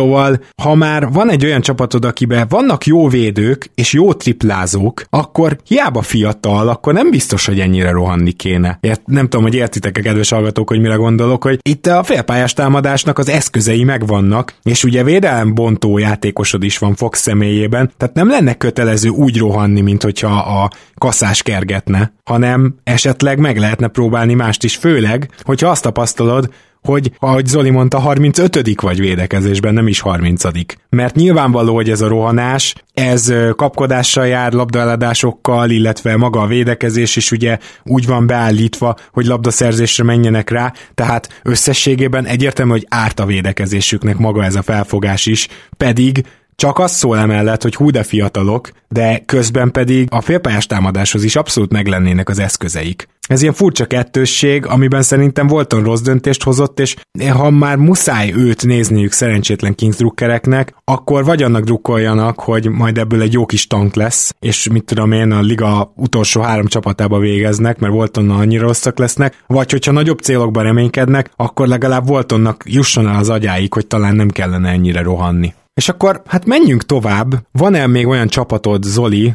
Szóval, ha már van egy olyan csapatod, akiben vannak jó védők és jó triplázók, akkor hiába fiatal, akkor nem biztos, hogy ennyire rohanni kéne. Ért, nem tudom, hogy értitek-e, kedves hallgatók, hogy mire gondolok, hogy itt a félpályás támadásnak az eszközei megvannak, és ugye védelembontó játékosod is van Fox személyében, tehát nem lenne kötelező úgy rohanni, mint hogyha a kaszás kergetne, hanem esetleg meg lehetne próbálni mást is, főleg, hogyha azt tapasztalod, hogy, ahogy Zoli mondta, harmincötödik vagy védekezésben, nem is harmincadik. Mert nyilvánvaló, hogy ez a rohanás, ez kapkodással jár, labdaeladásokkal, illetve maga a védekezés is ugye úgy van beállítva, hogy labdaszerzésre menjenek rá, tehát összességében egyértelmű, hogy árt a védekezésüknek maga ez a felfogás is, pedig csak az szól emellett, hogy hú de fiatalok, de közben pedig a félpályás támadáshoz is abszolút meglennének az eszközeik. Ez ilyen furcsa kettősség, amiben szerintem Walton rossz döntést hozott, és ha már muszáj őt nézniük szerencsétlen Kings drukkereknek, akkor vagy annak drukkoljanak, hogy majd ebből egy jó kis tank lesz, és mit tudom én, a liga utolsó három csapatába végeznek, mert Waltonnal annyira rosszak lesznek, vagy hogyha nagyobb célokban reménykednek, akkor legalább Waltonnak jusson el az agyáig, hogy talán nem kellene ennyire rohanni. És akkor hát menjünk tovább. Van-e még olyan csapatod, Zoli,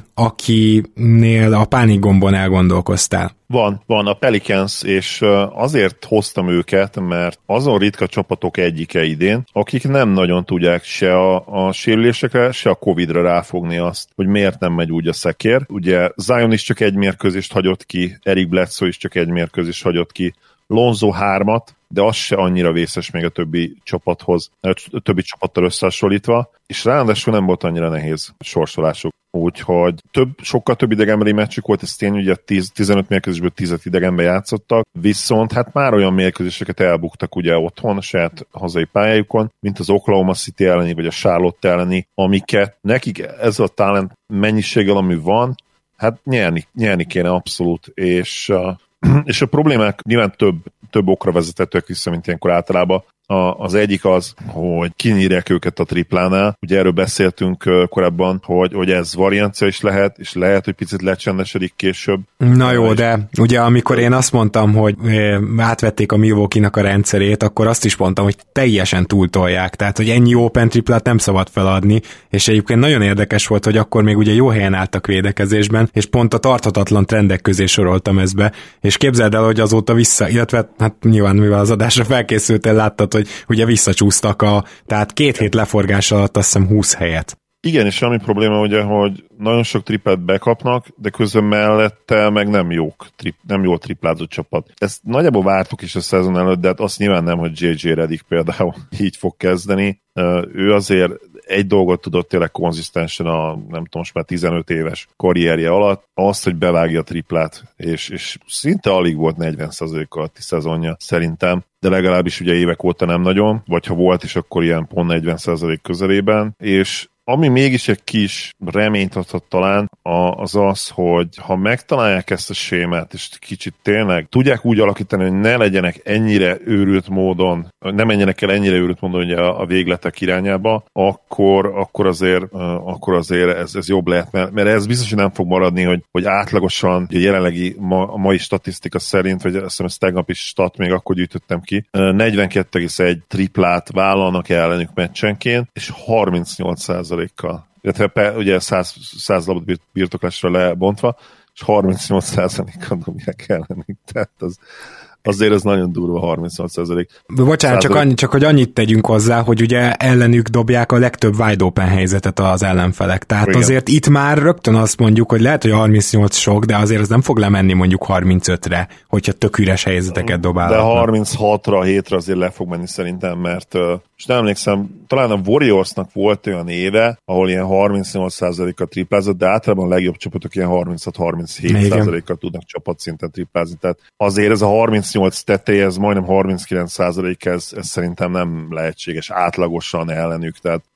akinél a pánikgombon elgondolkoztál? Van, van a Pelicans, és azért hoztam őket, mert azon ritka csapatok egyike idén, akik nem nagyon tudják se a, a sérülésekre, se a Covidra ráfogni azt, hogy miért nem megy úgy a szekér. Ugye Zion is csak egy mérkőzést hagyott ki, Eric Bledsoe is csak egy mérkőzést hagyott ki, Lonzo hármat, de az se annyira vészes még a többi csapathoz, a többi csapattal összehasonlítva, és ráadásul nem volt annyira nehéz sorsolásuk. Úgyhogy több, sokkal több idegenbeli meccsük volt, ez tény, ugye tíz, tizenöt mérkőzésből tíz idegenben játszottak, viszont hát már olyan mérkőzéseket elbuktak ugye otthon, a saját hazai pályájukon, mint az Oklahoma City elleni, vagy a Charlotte elleni, amiket nekik ez a talent mennyiséggel, ami van, hát nyerni, nyerni kéne abszolút, és és a problémák nyilván több, több okra vezethetőek vissza, mint ilyenkor általában. A, az egyik az, hogy kinyírják őket a triplánál. Ugye erről beszéltünk korábban, hogy, hogy ez variancia is lehet, és lehet, hogy picit lecsendesedik később. Na jó, de ugye amikor én azt mondtam, hogy átvették a Milwaukee-nak a rendszerét, akkor azt is mondtam, hogy teljesen túltolják, tehát hogy ennyi open triplát nem szabad feladni, és egyébként nagyon érdekes volt, hogy akkor még ugye jó helyen álltak védekezésben, és pont a tarthatatlan trendek közé soroltam ezt be, és képzeld el, hogy azóta vissza, illetve hát nyilván mivel az adásra felkészültél, láttad, hogy ugye visszacsúsztak a, tehát két hét leforgás alatt azt hiszem húsz helyet. Igen, és ami probléma ugye, hogy nagyon sok triplet bekapnak, de közben mellette meg nem jók, trip, nem jól triplázott csapat. Ezt nagyjából vártuk is a szezon előtt, de hát azt nyilván nem, hogy jé jé Redick például így fog kezdeni. Ő azért egy dolgot tudott tényleg konzisztensen a, nem tudom, most már tizenöt éves karrierje alatt, azt, hogy bevágja a triplát, és, és szinte alig volt negyven százalék alatti szezonja szerintem, de legalábbis ugye évek óta nem nagyon, vagy ha volt is, akkor ilyen pont negyven százalék közelében, és ami mégis egy kis reményt adhat talán, az az, hogy ha megtalálják ezt a sémát, és kicsit tényleg tudják úgy alakítani, hogy ne legyenek ennyire őrült módon, ne menjenek el ennyire őrült módon ugye a végletek irányába, akkor, akkor azért, akkor azért ez, ez jobb lehet, mert, mert ez biztos, hogy nem fog maradni, hogy, hogy átlagosan a jelenlegi ma, a mai statisztika szerint, vagy azt hiszem, ez tegnap is stat, még akkor gyűjtöttem ki, negyvenkettő egész egy triplát vállalnak ellenük meccsenként, és harmincnyolc százalékkal. Illetve ugye száz, száz labda birtoklásra lebontva, és harmincnyolc százalékkal dobják ellenük. Tehát az, azért ez nagyon durva, harmincnyolc százalék. Bocsánat, csak, annyi, csak hogy annyit tegyünk hozzá, hogy ugye ellenük dobják a legtöbb wide open helyzetet az ellenfelek. Tehát igen. Azért itt már rögtön azt mondjuk, hogy lehet, hogy harmincnyolc sok, de azért ez nem fog lemenni mondjuk harmincötre, hogyha tök üres helyzeteket dobálnak. De harminchatra, hétre azért le fog menni szerintem, mert és nem emlékszem, talán a Warriorsnak volt olyan éve, ahol ilyen harmincnyolc százalékkal triplázott, de általában a legjobb csapatok ilyen harminchat-harminchét százalékkal tudnak csapatszinten triplázni. Tehát azért ez a harmincnyolc teteje, ez majdnem harminckilenc százalék, ez, ez szerintem nem lehetséges átlagosan ellenük. Tehát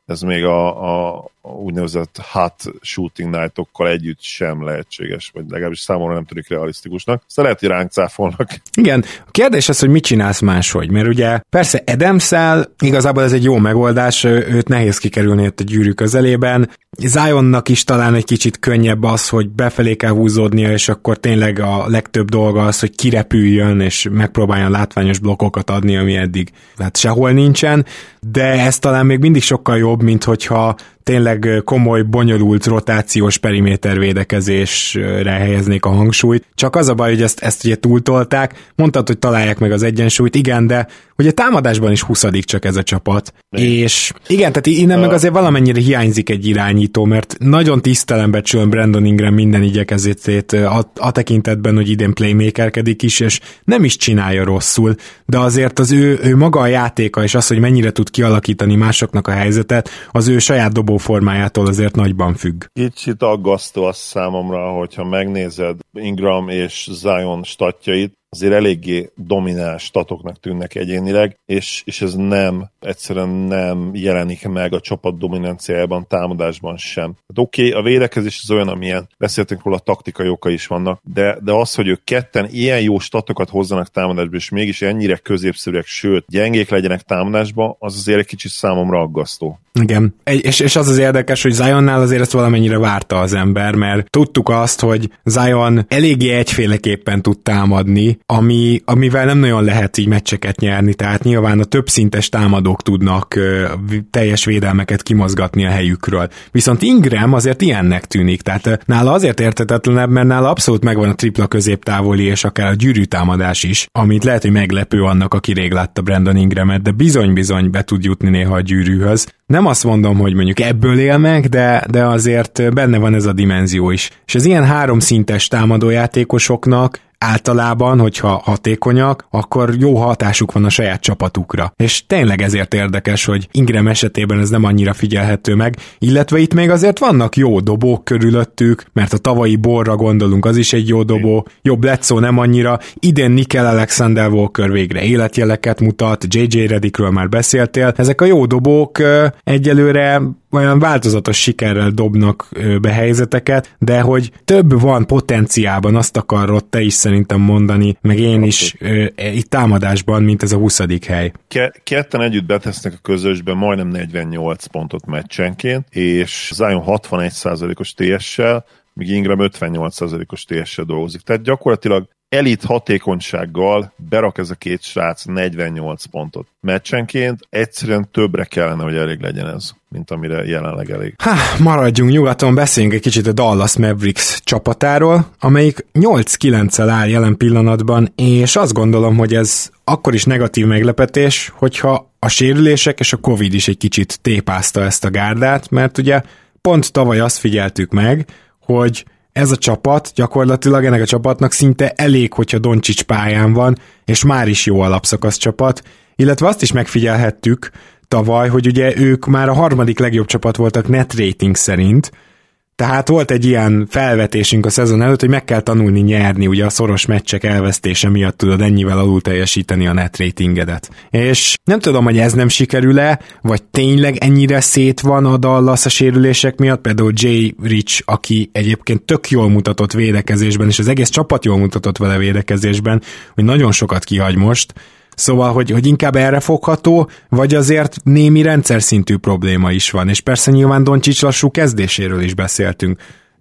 ez még a, a, a úgynevezett hot shooting night-okkal együtt sem lehetséges, vagy legalábbis számomra nem tűnik realisztikusnak. Aztán lehet, hogy ránk cáfolnak. Igen, a kérdés az, hogy mit csinálsz máshogy, mert ugye persze Adams-szel igazából ez egy jó megoldás, őt nehéz kikerülni ott a gyűrű közelében. Zionnak is talán egy kicsit könnyebb az, hogy befelé kell húzódnia, és akkor tényleg a legtöbb dolga az, hogy kirepüljön, és megpróbáljon látványos blokkokat adni, ami eddig hát sehol nincsen, de ez talán még mindig sokkal jobb, mint hogyha tényleg komoly, bonyolult rotációs periméter védekezésre helyeznék a hangsúlyt. Csak az a baj, hogy ezt, ezt ugye túltolták, mondtad, hogy találják meg az egyensúlyt, igen, de ugye támadásban is huszadik csak ez a csapat. Mi? És igen, tehát innen meg azért valamennyire hiányzik egy irányító, mert nagyon tisztelen becsülöm Brandon Ingram minden igyekezetét a, a tekintetben, hogy idén playmakerkedik is, és nem is csinálja rosszul, de azért az ő, ő maga a játéka, és az, hogy mennyire tud kialakítani másoknak a helyzetet, az ő saját dobó formájától azért nagyban függ. Kicsit aggasztó az számomra, hogyha megnézed Ingram és Zion statjait, azért eléggé domináns statoknak tűnnek egyénileg, és, és ez nem, egyszerűen nem jelenik meg a csapat dominanciájában, támadásban sem. Hát oké, okay, a védekezés az olyan, amilyen beszéltünk róla, taktikai oka is vannak, de, de az, hogy ők ketten ilyen jó statokat hozzanak támadásba, és mégis ennyire középszerűek, sőt, gyengék legyenek támadásba, az azért egy kicsit számomra aggasztó. Igen, és, és az az érdekes, hogy Zionnál azért ezt valamennyire várta az ember, mert tudtuk azt, hogy Zion eléggé egyféleképpen tud támadni, ami, amivel nem nagyon lehet így meccseket nyerni, tehát nyilván a többszintes támadók tudnak ö, teljes védelmeket kimozgatni a helyükről. Viszont Ingram azért ilyennek tűnik, tehát ö, nála azért érthetetlenebb, mert nála abszolút megvan a tripla középtávoli és akár a gyűrűtámadás is, amit lehet, hogy meglepő annak, aki rég látta Brandon Ingramet, de bizony-bizony be tud jutni néha a gyűrűhöz. Nem azt mondom, hogy mondjuk ebből él meg, de, de azért benne van ez a dimenzió is. És az ilyen háromszintes támadójátékosoknak általában, hogyha hatékonyak, akkor jó hatásuk van a saját csapatukra. És tényleg ezért érdekes, hogy Ingram esetében ez nem annyira figyelhető meg, illetve itt még azért vannak jó dobók körülöttük, mert a tavalyi Borra gondolunk, az is egy jó dobó, jobb Bledsoe nem annyira, idén Nickel Alexander Walker végre életjeleket mutat, jé jé Redickről már beszéltél, ezek a jó dobók egyelőre olyan változatos sikerrel dobnak be helyzeteket, de hogy több van potenciálban, azt akarod te is szerintem mondani, meg én is e, itt támadásban, mint ez a huszadik hely. Ke- ketten együtt betesznek a közösbe majdnem negyvennyolc pontot meccsenként, és Zion hatvanegy százalékos té es-sel, míg Ingram ötvennyolc százalékos té es-sel dolgozik. Tehát gyakorlatilag elit hatékonysággal berak ez a két srác negyvennyolc pontot meccsenként, egyszerűen többre kellene, hogy elég legyen ez, mint amire jelenleg elég. Há, maradjunk nyugaton, beszéljünk egy kicsit a Dallas Mavericks csapatáról, amelyik nyolc kilenccel áll jelen pillanatban, és azt gondolom, hogy ez akkor is negatív meglepetés, hogyha a sérülések és a Covid is egy kicsit tépázta ezt a gárdát, mert ugye pont tavaly azt figyeltük meg, hogy ez a csapat, gyakorlatilag ennek a csapatnak szinte elég, hogyha Doncic pályán van, és már is jó alapszakasz csapat, illetve azt is megfigyelhettük tavaly, hogy ugye ők már a harmadik legjobb csapat voltak net rating szerint, tehát volt egy ilyen felvetésünk a szezon előtt, hogy meg kell tanulni nyerni, ugye a szoros meccsek elvesztése miatt tudod ennyivel alul teljesíteni a net ratingedet. És nem tudom, hogy ez nem sikerül-e, vagy tényleg ennyire szét van a Dallas a sérülések miatt, például Jay Rich, aki egyébként tök jól mutatott védekezésben, és az egész csapat jól mutatott vele védekezésben, hogy nagyon sokat kihagy most. Szóval, hogy, hogy inkább erre fogható, vagy azért némi rendszer szintű probléma is van, és persze nyilván Doncic lassú kezdéséről is beszéltünk.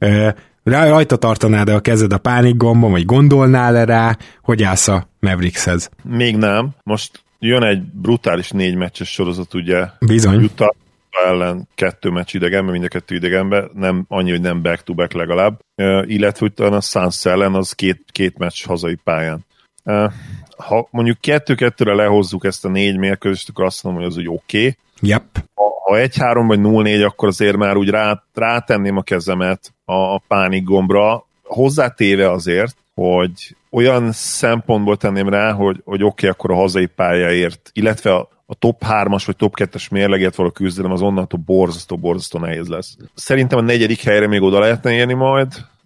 Rajta tartanád-e a kezed a pánik gombon, vagy gondolnál-e rá, hogy állsz a Maverickshez? Még nem. Most jön egy brutális négy meccses sorozat, ugye? Bizony. Utah ellen kettő meccs idegenben, mind a kettő idegenben, nem annyi, hogy nem back-to-back legalább, uh, illetve utána a Suns ellen az két, két meccs hazai pályán. Uh, ha mondjuk kettő-kettőre lehozzuk ezt a négy mérkőzést, akkor azt mondom, hogy az úgy oké. Okay. Yep. Ha, ha egy-három vagy null négy, akkor azért már úgy rá, rátenném a kezemet a, a pánik gombra, hozzátéve azért, hogy olyan szempontból tenném rá, hogy, hogy oké, okay, akkor a hazai pályáért, illetve a, a top hármas vagy top kettes mérlegért való küzdelem az onnantól borzasztó, borzasztó nehéz lesz. Szerintem a negyedik helyre még oda lehetne érni majd,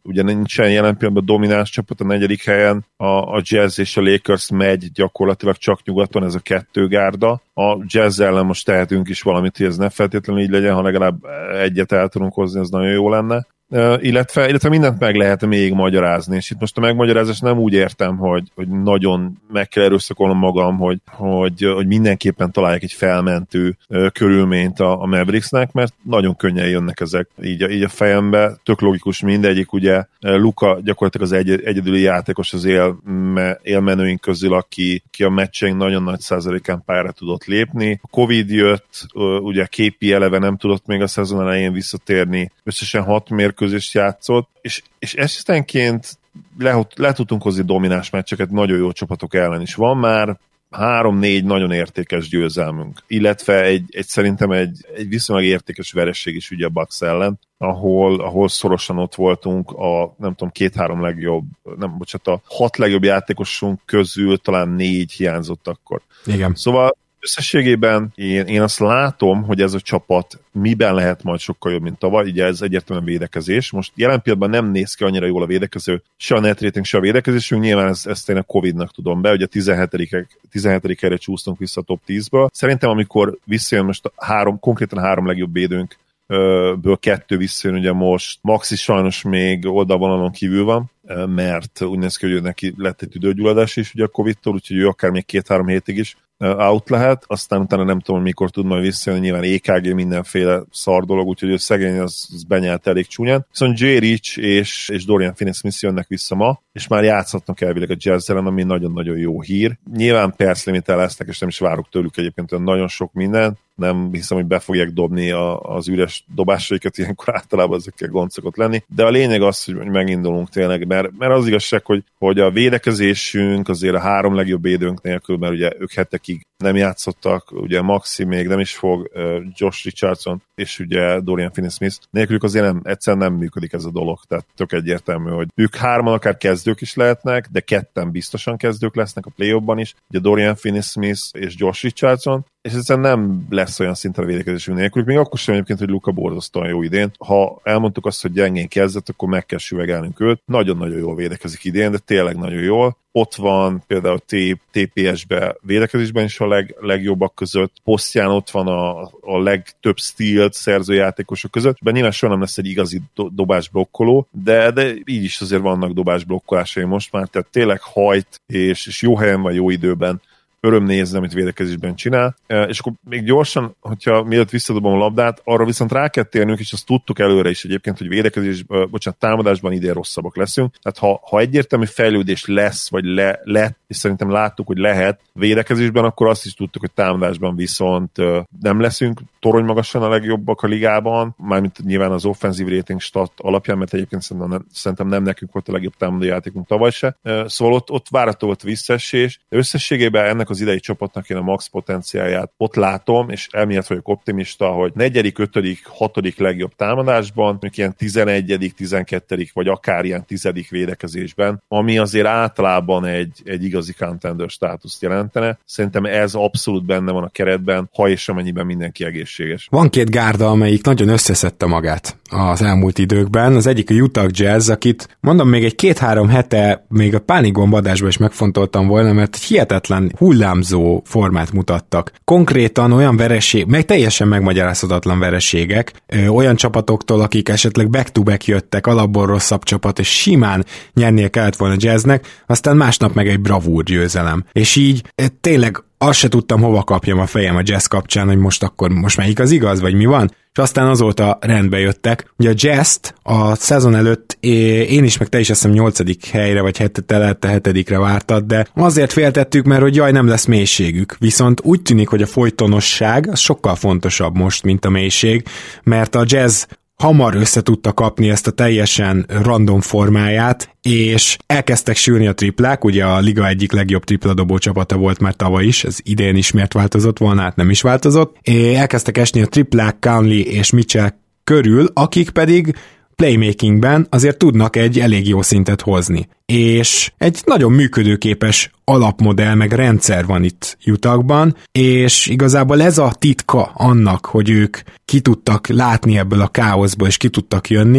ugye nincsen jelen pillanatban domináns csapat a negyedik helyen, a, a Jazz és a Lakers megy gyakorlatilag csak nyugaton, ez a kettő gárda. A Jazz ellen most tehetünk is valamit, hogy ez ne feltétlenül így legyen, ha legalább egyet el tudunk hozni, ez nagyon jó lenne. Uh, illetve, illetve mindent meg lehet még magyarázni, és itt most a megmagyarázás nem úgy értem, hogy, hogy nagyon meg kell erőszakolnom magam, hogy, hogy, hogy mindenképpen találják egy felmentő uh, körülményt a, a Mavericksnek, mert nagyon könnyen jönnek ezek így a, így a fejembe, tök logikus mindegyik, ugye uh, Luka gyakorlatilag az egy, egyedüli játékos az élme, élmenőink közül, aki, aki a meccseink nagyon nagy százalékán pályára tudott lépni. A Covid jött, uh, ugye ká pé eleve nem tudott még a szezon elején visszatérni, összesen hat mérkőzést játszott, és, és esetenként le, le tudtunk hozni domináns meccseket nagyon jó csapatok ellen is. Van már három-négy nagyon értékes győzelmünk, illetve egy, egy szerintem egy, egy viszonylag értékes vereség is ugye a Bucks ellen, ahol, ahol szorosan ott voltunk a, nem tudom, két-három legjobb, nem, bocsánat, a hat legjobb játékosunk közül talán négy hiányzott akkor. Igen. Szóval összességében én, én azt látom, hogy ez a csapat miben lehet majd sokkal jobb, mint tavaly, ugye ez egyértelműen védekezés. Most jelen pillanatban nem néz ki annyira jól a védekező, se a net rating, se a védekezésünk, nyilván ezt, ezt én a Covid-nak tudom be, ugye a tizenhetedik helyre csúsztunk vissza a top tízből. Szerintem amikor visszajön most a három, konkrétan a három legjobb védőnk, ből kettő visszajön, ugye most Maxi sajnos még oldalvonalon kívül van, mert úgy néz ki, hogy ő neki lett egy tüdőgyulladás is ugye a Covid-tól, úgyhogy ő akár még két-három hétig is out lehet, aztán utána nem tudom, mikor tud majd visszajönni, nyilván é ká gé mindenféle szar dolog, úgyhogy ő szegény, az, az benyelt elég csúnyán. Viszont Jay Rich és, és Dorian Finney-Smith jönnek vissza ma, és már játszhatnak elvileg a Jazz ellen, ami nagyon-nagyon jó hír. Nyilván perc limiter lesznek, és nem is várok tőlük egyébként nagyon sok minden, nem hiszem, hogy be fogják dobni a, az üres dobásaikat, ilyenkor általában ezekkel gond szokott lenni, de a lényeg az, hogy megindulunk tényleg, mert, mert az igazság, hogy, hogy a védekezésünk azért a három legjobb védőnk nélkül, mert ugye ők hetekig nem játszottak, ugye Maxi még nem is fog, Josh Richardson és ugye Dorian Finney-Smith nélkülük azért nem, egyszerűen nem működik ez a dolog, tehát tök egyértelmű, hogy ők hárman akár kezdők is lehetnek, de ketten biztosan kezdők lesznek a play-offban is, ugye Dorian Finney-Smith és Josh Richardson, és egyszerűen nem lesz olyan szinten a védekezésünk nélkülük, még akkor sem egyébként, hogy Luka borzasztóan jó idén. Ha elmondtuk azt, hogy gyengén kezdett, akkor meg kell süvegelnünk őt. Nagyon-nagyon jól védekezik idén, de tényleg nagyon jól. Ott van például té pé es-be védekezésben is a leg, legjobbak között, posztján ott van a, a legtöbb stealt szerző játékosok között, bár nyilván soha nem lesz egy igazi do- dobásblokkoló, de, de így is azért vannak dobásblokkolásai most már, tehát tényleg hajt, és, és jó helyen van, jó időben, öröm nézni, amit védekezésben csinál. És akkor még gyorsan, hogyha mielőtt visszadobom a labdát, arra viszont rá kell térnünk, és azt tudtuk előre is egyébként, hogy védekezés, bocsánat, támadásban idén rosszabbak leszünk. Tehát ha, ha egyértelmű fejlődés lesz, vagy le, lett, és szerintem láttuk, hogy lehet védekezésben, akkor azt is tudtuk, hogy támadásban viszont nem leszünk torony magasan a legjobbak a ligában, mármint nyilván az offenzív rating stat alapján, mert egyébként szerintem nem, szerintem nem nekünk volt a legjobb támadó játékunk tavaly se. Szóval ott, ott várható volt visszaesés, de összességében ennek az idei csapatnak én a max potenciálját ott látom, és emiatt vagyok optimista, hogy negyedik, ötödik, hatodik legjobb támadásban, mondjuk ilyen tizenegyedik, tizenkettedik vagy akár ilyen tizedik védekezésben, ami azért általában egy, egy igazi contender státuszt jelentene. Szerintem ez abszolút benne van a keretben, ha és amennyiben mindenki egészséges. Van két gárda, amelyik nagyon összeszedte magát az elmúlt időkben. Az egyik a Utah Jazz, akit mondom még egy két-három hete még a Pánikgomb adásban is megfontoltam volna, mert egy hihetetlen hullámzó formát mutattak. Konkrétan olyan vereség, meg teljesen megmagyarázhatatlan vereségek, ö, olyan csapatoktól, akik esetleg back-to-back jöttek, alapból rosszabb csapat, és simán nyernie kellett volna Jazznek, aztán másnap meg egy bravúr győzelem. És így tényleg azt se tudtam, hova kapjam a fejem a Jazz kapcsán, hogy most akkor most melyik az igaz, vagy mi van, és aztán azóta rendbe jöttek. Ugye a Jazz-t a szezon előtt én is, meg te is azt hiszem nyolcadik helyre, vagy hetete, hetedikre vártad, de azért féltettük, mert hogy jaj, nem lesz mélységük. Viszont úgy tűnik, hogy a folytonosság az sokkal fontosabb most, mint a mélység, mert a Jazz hamar össze tudta kapni ezt a teljesen random formáját, és elkezdtek sülni a triplák, ugye a liga egyik legjobb tripladobó csapata volt már tavaly is, ez idén is miért változott volna, hát nem is változott, és elkezdtek esni a triplák Conley és Mitchell körül, akik pedig playmakingben azért tudnak egy elég jó szintet hozni. És egy nagyon működőképes alapmodell, meg rendszer van itt Utahban, és igazából ez a titka annak, hogy ők ki tudtak látni ebből a káoszból, és ki tudtak jönni,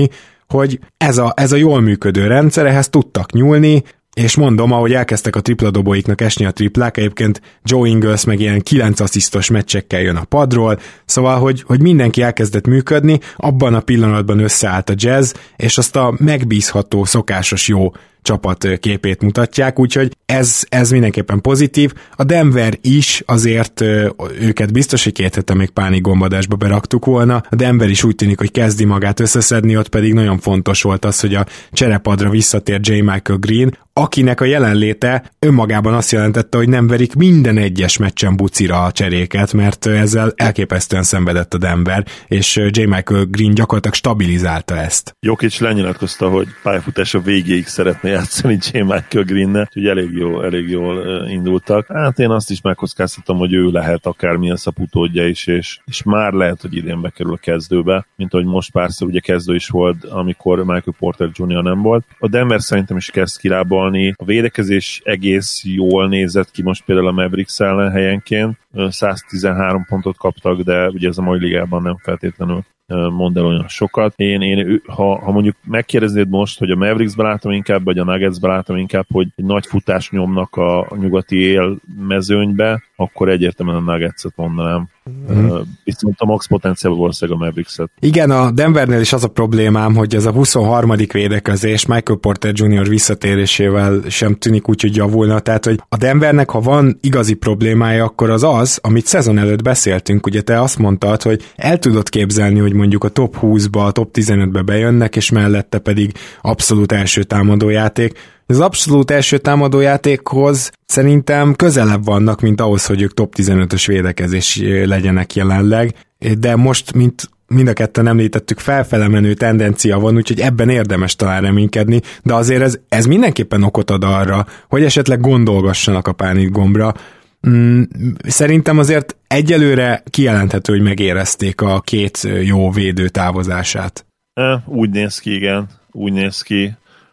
hogy ez a, ez a jól működő rendszer, ehhez tudtak nyúlni, és mondom, ahogy elkezdtek a tripladobóiknak esni a triplák, egyébként Joe Ingles meg ilyen kilenc asszisztos meccsekkel jön a padról, szóval, hogy, hogy mindenki elkezdett működni, abban a pillanatban összeállt a Jazz, és azt a megbízható, szokásos jó csapat képét mutatják, úgyhogy ez, ez mindenképpen pozitív. A Denver is azért őket biztos, hogy két hete még pánikgombadásba beraktuk volna. A Denver is úgy tűnik, hogy kezdi magát összeszedni, ott pedig nagyon fontos volt az, hogy a cserepadra visszatér J. Michael Green, akinek a jelenléte önmagában azt jelentette, hogy nem verik minden egyes meccsen bucira a cseréket, mert ezzel elképesztően szenvedett a Denver, és J. Michael Green gyakorlatilag stabilizálta ezt. Jokic lenyilatkozta, hogy pályafutása végéig szeretné játszani J. Michael Greennel, úgyhogy elég, jó, elég jól indultak. Hát én azt is megkockáztatom, hogy ő lehet akármilyen szaputódja is, és, és már lehet, hogy idén bekerül a kezdőbe, mint ahogy most párszor ugye kezdő is volt, amikor Michael Porter junior nem volt. A Denver szerintem is kezd kirábalni. A védekezés egész jól nézett ki most például a Mavericks ellen helyenként. száztizenhárom pontot kaptak, de ugye ez a mai ligában nem feltétlenül mond el olyan sokat. Én, én ha, ha mondjuk megkérdeznéd most, hogy a Mavericksbe látom inkább, vagy a Nuggetsbe látom inkább, hogy egy nagy futás nyomnak a, a nyugati élmezőnybe, akkor egyértelműen a Nuggets-et mondanám. Mm. Viszont a max potenciálban valószínűleg a Mavericks-et. Igen, a Denvernél is az a problémám, hogy ez a huszonharmadik védekezés Michael Porter junior visszatérésével sem tűnik úgy, hogy javulna, tehát hogy a Denvernek, ha van igazi problémája, akkor az az, amit szezon előtt beszéltünk, ugye te azt mondtad, hogy el tudod képzelni, hogy mondjuk a top húszba, a top tizenötbe bejönnek, és mellette pedig abszolút első támadójáték. Az abszolút első támadójátékhoz szerintem közelebb vannak, mint ahhoz, hogy ők top tizenötös védekezés legyenek jelenleg, de most, mint mind a ketten említettük, felfele menő tendencia van, úgyhogy ebben érdemes talán reménykedni, de azért ez, ez mindenképpen okot ad arra, hogy esetleg gondolgassanak a pánikgombra. Szerintem azért egyelőre kijelenthető, hogy megérezték a két jó védő távozását. Úgy néz ki, igen, úgy néz ki.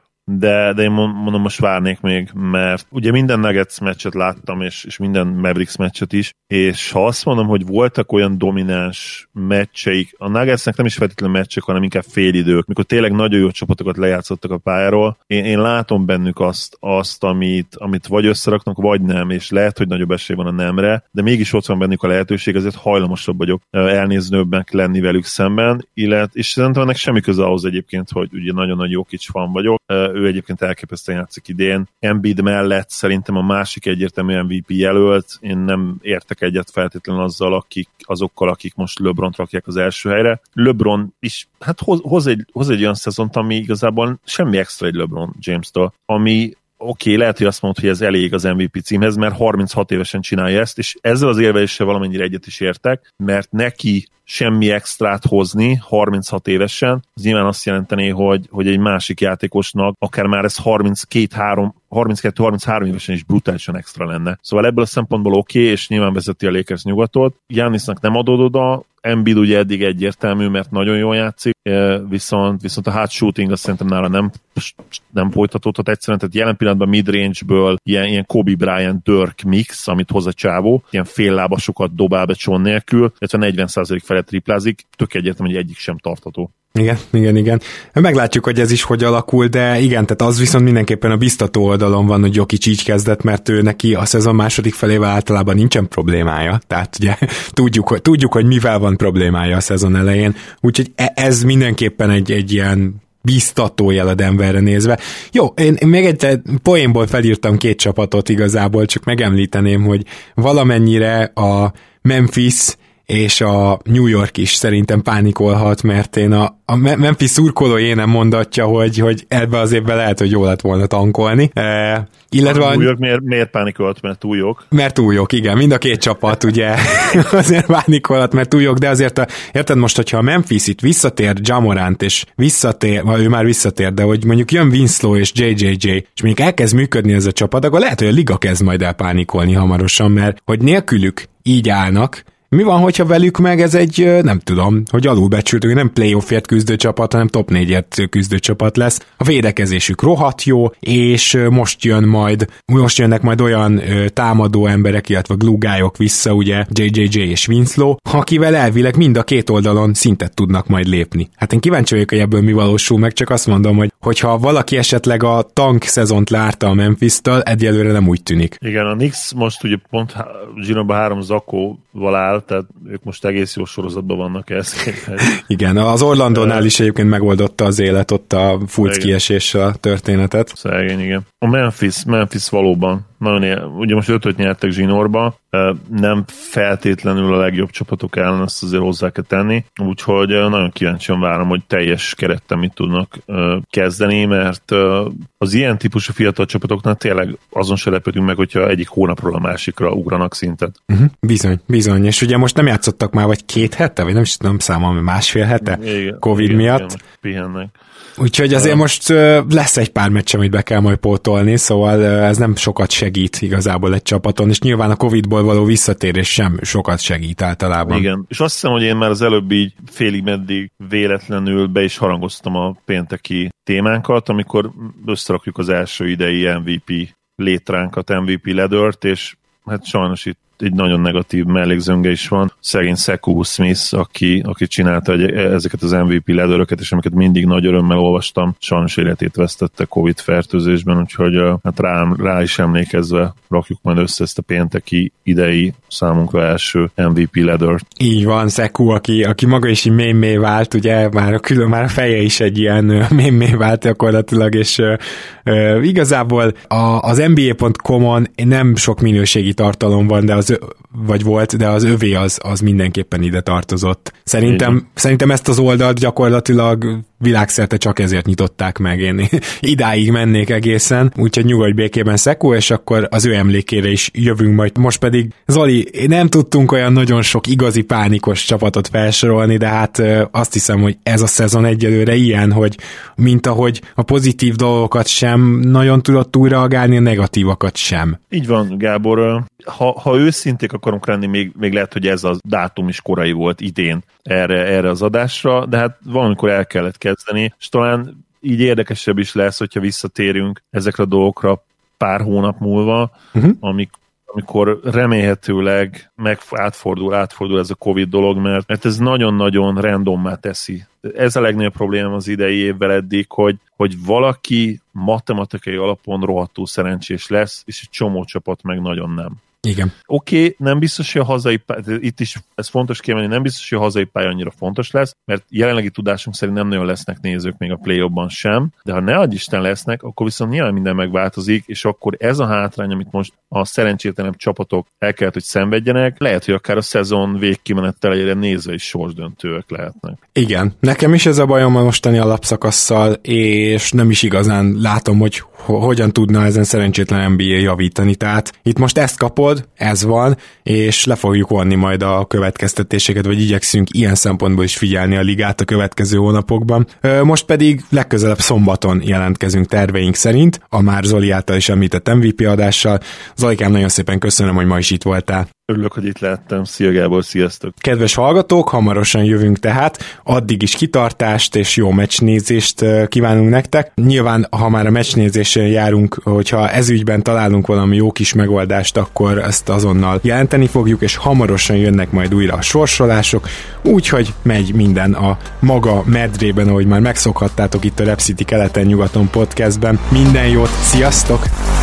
De, de én mondom, most várnék még, mert ugye minden Nuggets meccset láttam, és, és minden Mavericks meccset is, és ha azt mondom, hogy voltak olyan domináns meccseik, a Nuggetsnek nem is feltétlenül meccsek, hanem inkább félidők, mikor tényleg nagyon jó csapatokat lejátszottak a pályáról, én, én látom bennük azt, azt amit, amit vagy összeraknak, vagy nem, és lehet, hogy nagyobb esély van a nemre, de mégis ott van bennük a lehetőség, ezért hajlamosabb vagyok elnéznőbbnek lenni velük szemben, illetve, és szerintem ennek semmi köze ahhoz egyébként, hogy ugye nagyon nagy Jokic fan vagyok, ő egyébként elképesztően játszik idén. Embiid mellett szerintem a másik egyértelmű em vé pé jelölt. Én nem értek egyet feltétlenül azzal, akik, azokkal, akik most LeBront rakják az első helyre. LeBron is hát hoz, hoz, egy, hoz egy olyan szezont, ami igazából semmi extra egy LeBron James-től, ami oké, okay, lehet, hogy azt mondod, hogy ez elég az em vé pé címhez, mert harminchat évesen csinálja ezt, és ezzel az érveléssel valamennyire egyet is értek, mert neki semmi extrát hozni harminchat évesen, az nyilván azt jelenteni, hogy, hogy egy másik játékosnak akár már ez harminckettő harminchárom évesen is brutálisan extra lenne. Szóval ebből a szempontból oké, okay, és nyilván vezeti a Lakers nyugatot. Giannisnak nem adod oda, Embiid ugye eddig egyértelmű, mert nagyon jól játszik, viszont, viszont a hard shooting azt szerintem nála nem, nem folytatódhat egyszerűen, tehát jelen pillanatban midrange-ből ilyen, ilyen Kobe Bryant Dirk mix, amit hoz a csávó, ilyen féllábasokat dobál be John nélkül, illetve negyven százalék felett triplázik, tök egyértelmű, hogy egyik sem tartható. Igen, igen, igen. Meglátjuk, hogy ez is hogy alakul, de igen, tehát az viszont mindenképpen a biztató oldalon van, hogy Jokic így kezdett, mert ő neki a szezon második felével általában nincsen problémája, tehát ugye tudjuk, hogy, tudjuk, hogy mivel van problémája a szezon elején, úgyhogy ez mindenképpen egy, egy ilyen biztató jel a Denverre nézve. Jó, én, én még egy poénból felírtam két csapatot igazából, csak megemlíteném, hogy valamennyire a Memphis és a New York is szerintem pánikolhat, mert én a, a Memphis szurkolói nem mondatja, hogy, hogy ebbe az évben lehet, hogy jól lett volna tankolni. E, illetve a New York miért, miért pánikolhat, mert túl jók? Mert túl jók, igen. Mind a két csapat ugye azért pánikolhat, mert túl jók, de azért a, érted most, hogyha a Memphis itt visszatér Ja Morant, és visszatér, vagy ő már visszatér, de hogy mondjuk jön Winslow és jé jé jé, és mondjuk elkezd működni ez a csapat, akkor lehet, hogy a liga kezd majd el pánikolni hamarosan, mert hogy nélkülük így állnak, Mi van, hogyha velük meg ez egy, nem tudom, hogy alulbecsültük, nem playoffért küzdő csapat, hanem top négyért küzdő csapat lesz. A védekezésük rohadt jó, és most jön majd, most jönnek majd olyan támadó emberek, illetve glúgályok vissza, ugye jé jé jé és Winslow, akivel elvileg mind a két oldalon szintet tudnak majd lépni. Hát én kíváncsi vagyok, hogy ebből mi valósul meg, csak azt mondom, hogy hogyha valaki esetleg a tank szezont lárta a Memphis-től, egyelőre nem úgy tűnik. Igen, a Knicks most ugye pont zsinórban három zakóval áll, tehát ők most egész jó sorozatban vannak ezt. Igen, az Orlandónál is egyébként megoldotta az élet ott a Fultz kieséssel a történetet. Szegény, igen. A Memphis, Memphis valóban nagyon él, ugye most ötöt nyertek zsinórba, nem feltétlenül a legjobb csapatok ellen, ezt azért hozzá kell tenni, úgyhogy nagyon kíváncsian várom, hogy teljes kerettel mit tudnak kezdeni, mert az ilyen típusú fiatal csapatoknál tényleg azon se lepődünk meg, hogyha egyik hónapról a másikra ugranak szintet. Uh-huh. Bizony, bizony, és ugye most nem játszottak már, vagy két hete, vagy nem is tudom számolni, másfél hete igen, Covid igen, miatt. Igen, pihennek. Úgyhogy azért most lesz egy pár meccs, amit be kell majd pótolni, szóval ez nem sokat segít igazából egy csapaton, és nyilván a Covidból való visszatérés sem sokat segít általában. Igen, és azt hiszem, hogy én már az előbb így félig meddig véletlenül be is harangoztam a pénteki témánkat, amikor összerakjuk az első idei em vé pé létránkat, em vé pé ledört, és hát sajnos itt egy nagyon negatív mellékzönge is van. Szegény Sekou Smith, aki, aki csinálta egy, ezeket az em vé pé ledöröket, és amiket mindig nagy örömmel olvastam, sajnos életét vesztette Covid fertőzésben, úgyhogy hát rá, rá is emlékezve rakjuk majd össze ezt a pénteki idei számunkra első em vé pé ledört. Így van, Sekou, aki, aki maga is így mémé vált, ugye már a, külön, már a feje is egy ilyen mémé vált gyakorlatilag, és uh, uh, igazából a, az en bé á pont com-on nem sok minőségi tartalom van, de az vagy volt, de az övé az, az mindenképpen ide tartozott. Szerintem, szerintem ezt az oldalt gyakorlatilag világszerte csak ezért nyitották meg, én idáig mennék egészen, úgyhogy nyugodj békében Sekou, és akkor az ő emlékére is jövünk majd. Most pedig, Zoli, nem tudtunk olyan nagyon sok igazi pánikos csapatot felsorolni, de hát azt hiszem, hogy ez a szezon egyelőre ilyen, hogy mint ahogy a pozitív dolgokat sem nagyon tudott túlreagálni, a negatívakat sem. Így van, Gábor. Ha, ha őszinték akarunk lenni, még, még lehet, hogy ez a dátum is korai volt idén erre, erre az adásra, de hát valamikor el kellett kezdeni, és talán így érdekesebb is lesz, hogyha visszatérünk ezekre a dolgokra pár hónap múlva, uh-huh. amik, amikor remélhetőleg meg átfordul, átfordul ez a Covid dolog, mert, mert ez nagyon-nagyon randommá teszi. Ez a legnagyobb probléma az idei évvel eddig, hogy, hogy valaki matematikai alapon rohadtul szerencsés lesz, és egy csomó csapat meg nagyon nem. Igen. Oké, okay, nem biztos, hogy a hazai pálya, itt is ez fontos kiemelni, nem biztos, hogy a hazai pálya annyira fontos lesz, mert jelenlegi tudásunk szerint nem nagyon lesznek nézők még a play-offban sem, de ha ne adj Isten lesznek, akkor viszont nyilván minden megváltozik, és akkor ez a hátrány, amit most a szerencsétlenebb csapatok el kellett, hogy szenvedjenek, lehet, hogy akár a szezon végkimenettel egyre nézve is sorsdöntőek lehetnek. Igen, nekem is ez a bajom a mostani alapszakasszal, és nem is igazán látom, hogy hogyan tudna ezen szerencsétlen en bé á javítani, tehát itt most ezt kapod, ez van, és le fogjuk vonni majd a következtetéseket, vagy igyekszünk ilyen szempontból is figyelni a ligát a következő hónapokban. Most pedig legközelebb szombaton jelentkezünk terveink szerint, a már Zoli által is említett em vé pé adással. Zolikám, nagyon szépen köszönöm, hogy ma is itt voltál. Örülök, hogy itt lehettem. Szia Gábor, sziasztok! Kedves hallgatók, hamarosan jövünk tehát, addig is kitartást és jó meccsnézést kívánunk nektek. Nyilván, ha már a meccsnézésen járunk, hogyha ezügyben találunk valami jó kis megoldást, akkor ezt azonnal jelenteni fogjuk, és hamarosan jönnek majd újra a sorsolások, úgyhogy megy minden a maga medrében, ahogy már megszokhattátok itt a Rep City keleten-nyugaton podcastben. Minden jót, sziasztok!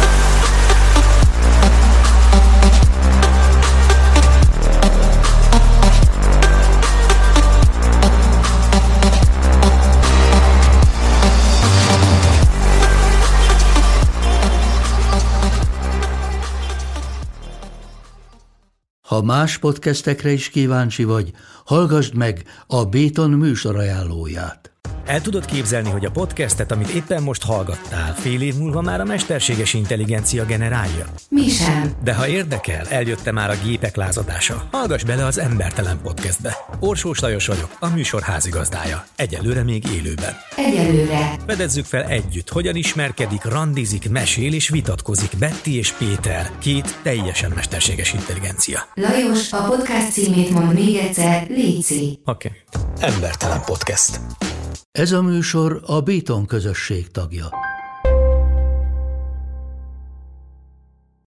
Ha más podcastekre is kíváncsi vagy, hallgassd meg a Béton műsor ajánlóját. El tudod képzelni, hogy a podcastet, amit éppen most hallgattál, fél év múlva már a mesterséges intelligencia generálja? Mi sem. De ha érdekel, eljötte már a gépek lázadása. Hallgass bele az Embertelen Podcastbe. Orsós Lajos vagyok, a műsor házigazdája. Egyelőre még élőben. Egyelőre. Fedezzük fel együtt, hogyan ismerkedik, randizik, mesél és vitatkozik Betty és Péter, két teljesen mesterséges intelligencia. Lajos, a podcast címét mond még egyszer, léci. Oké. Okay. Embertelen Podcast. Ez a műsor a Béton közösség tagja.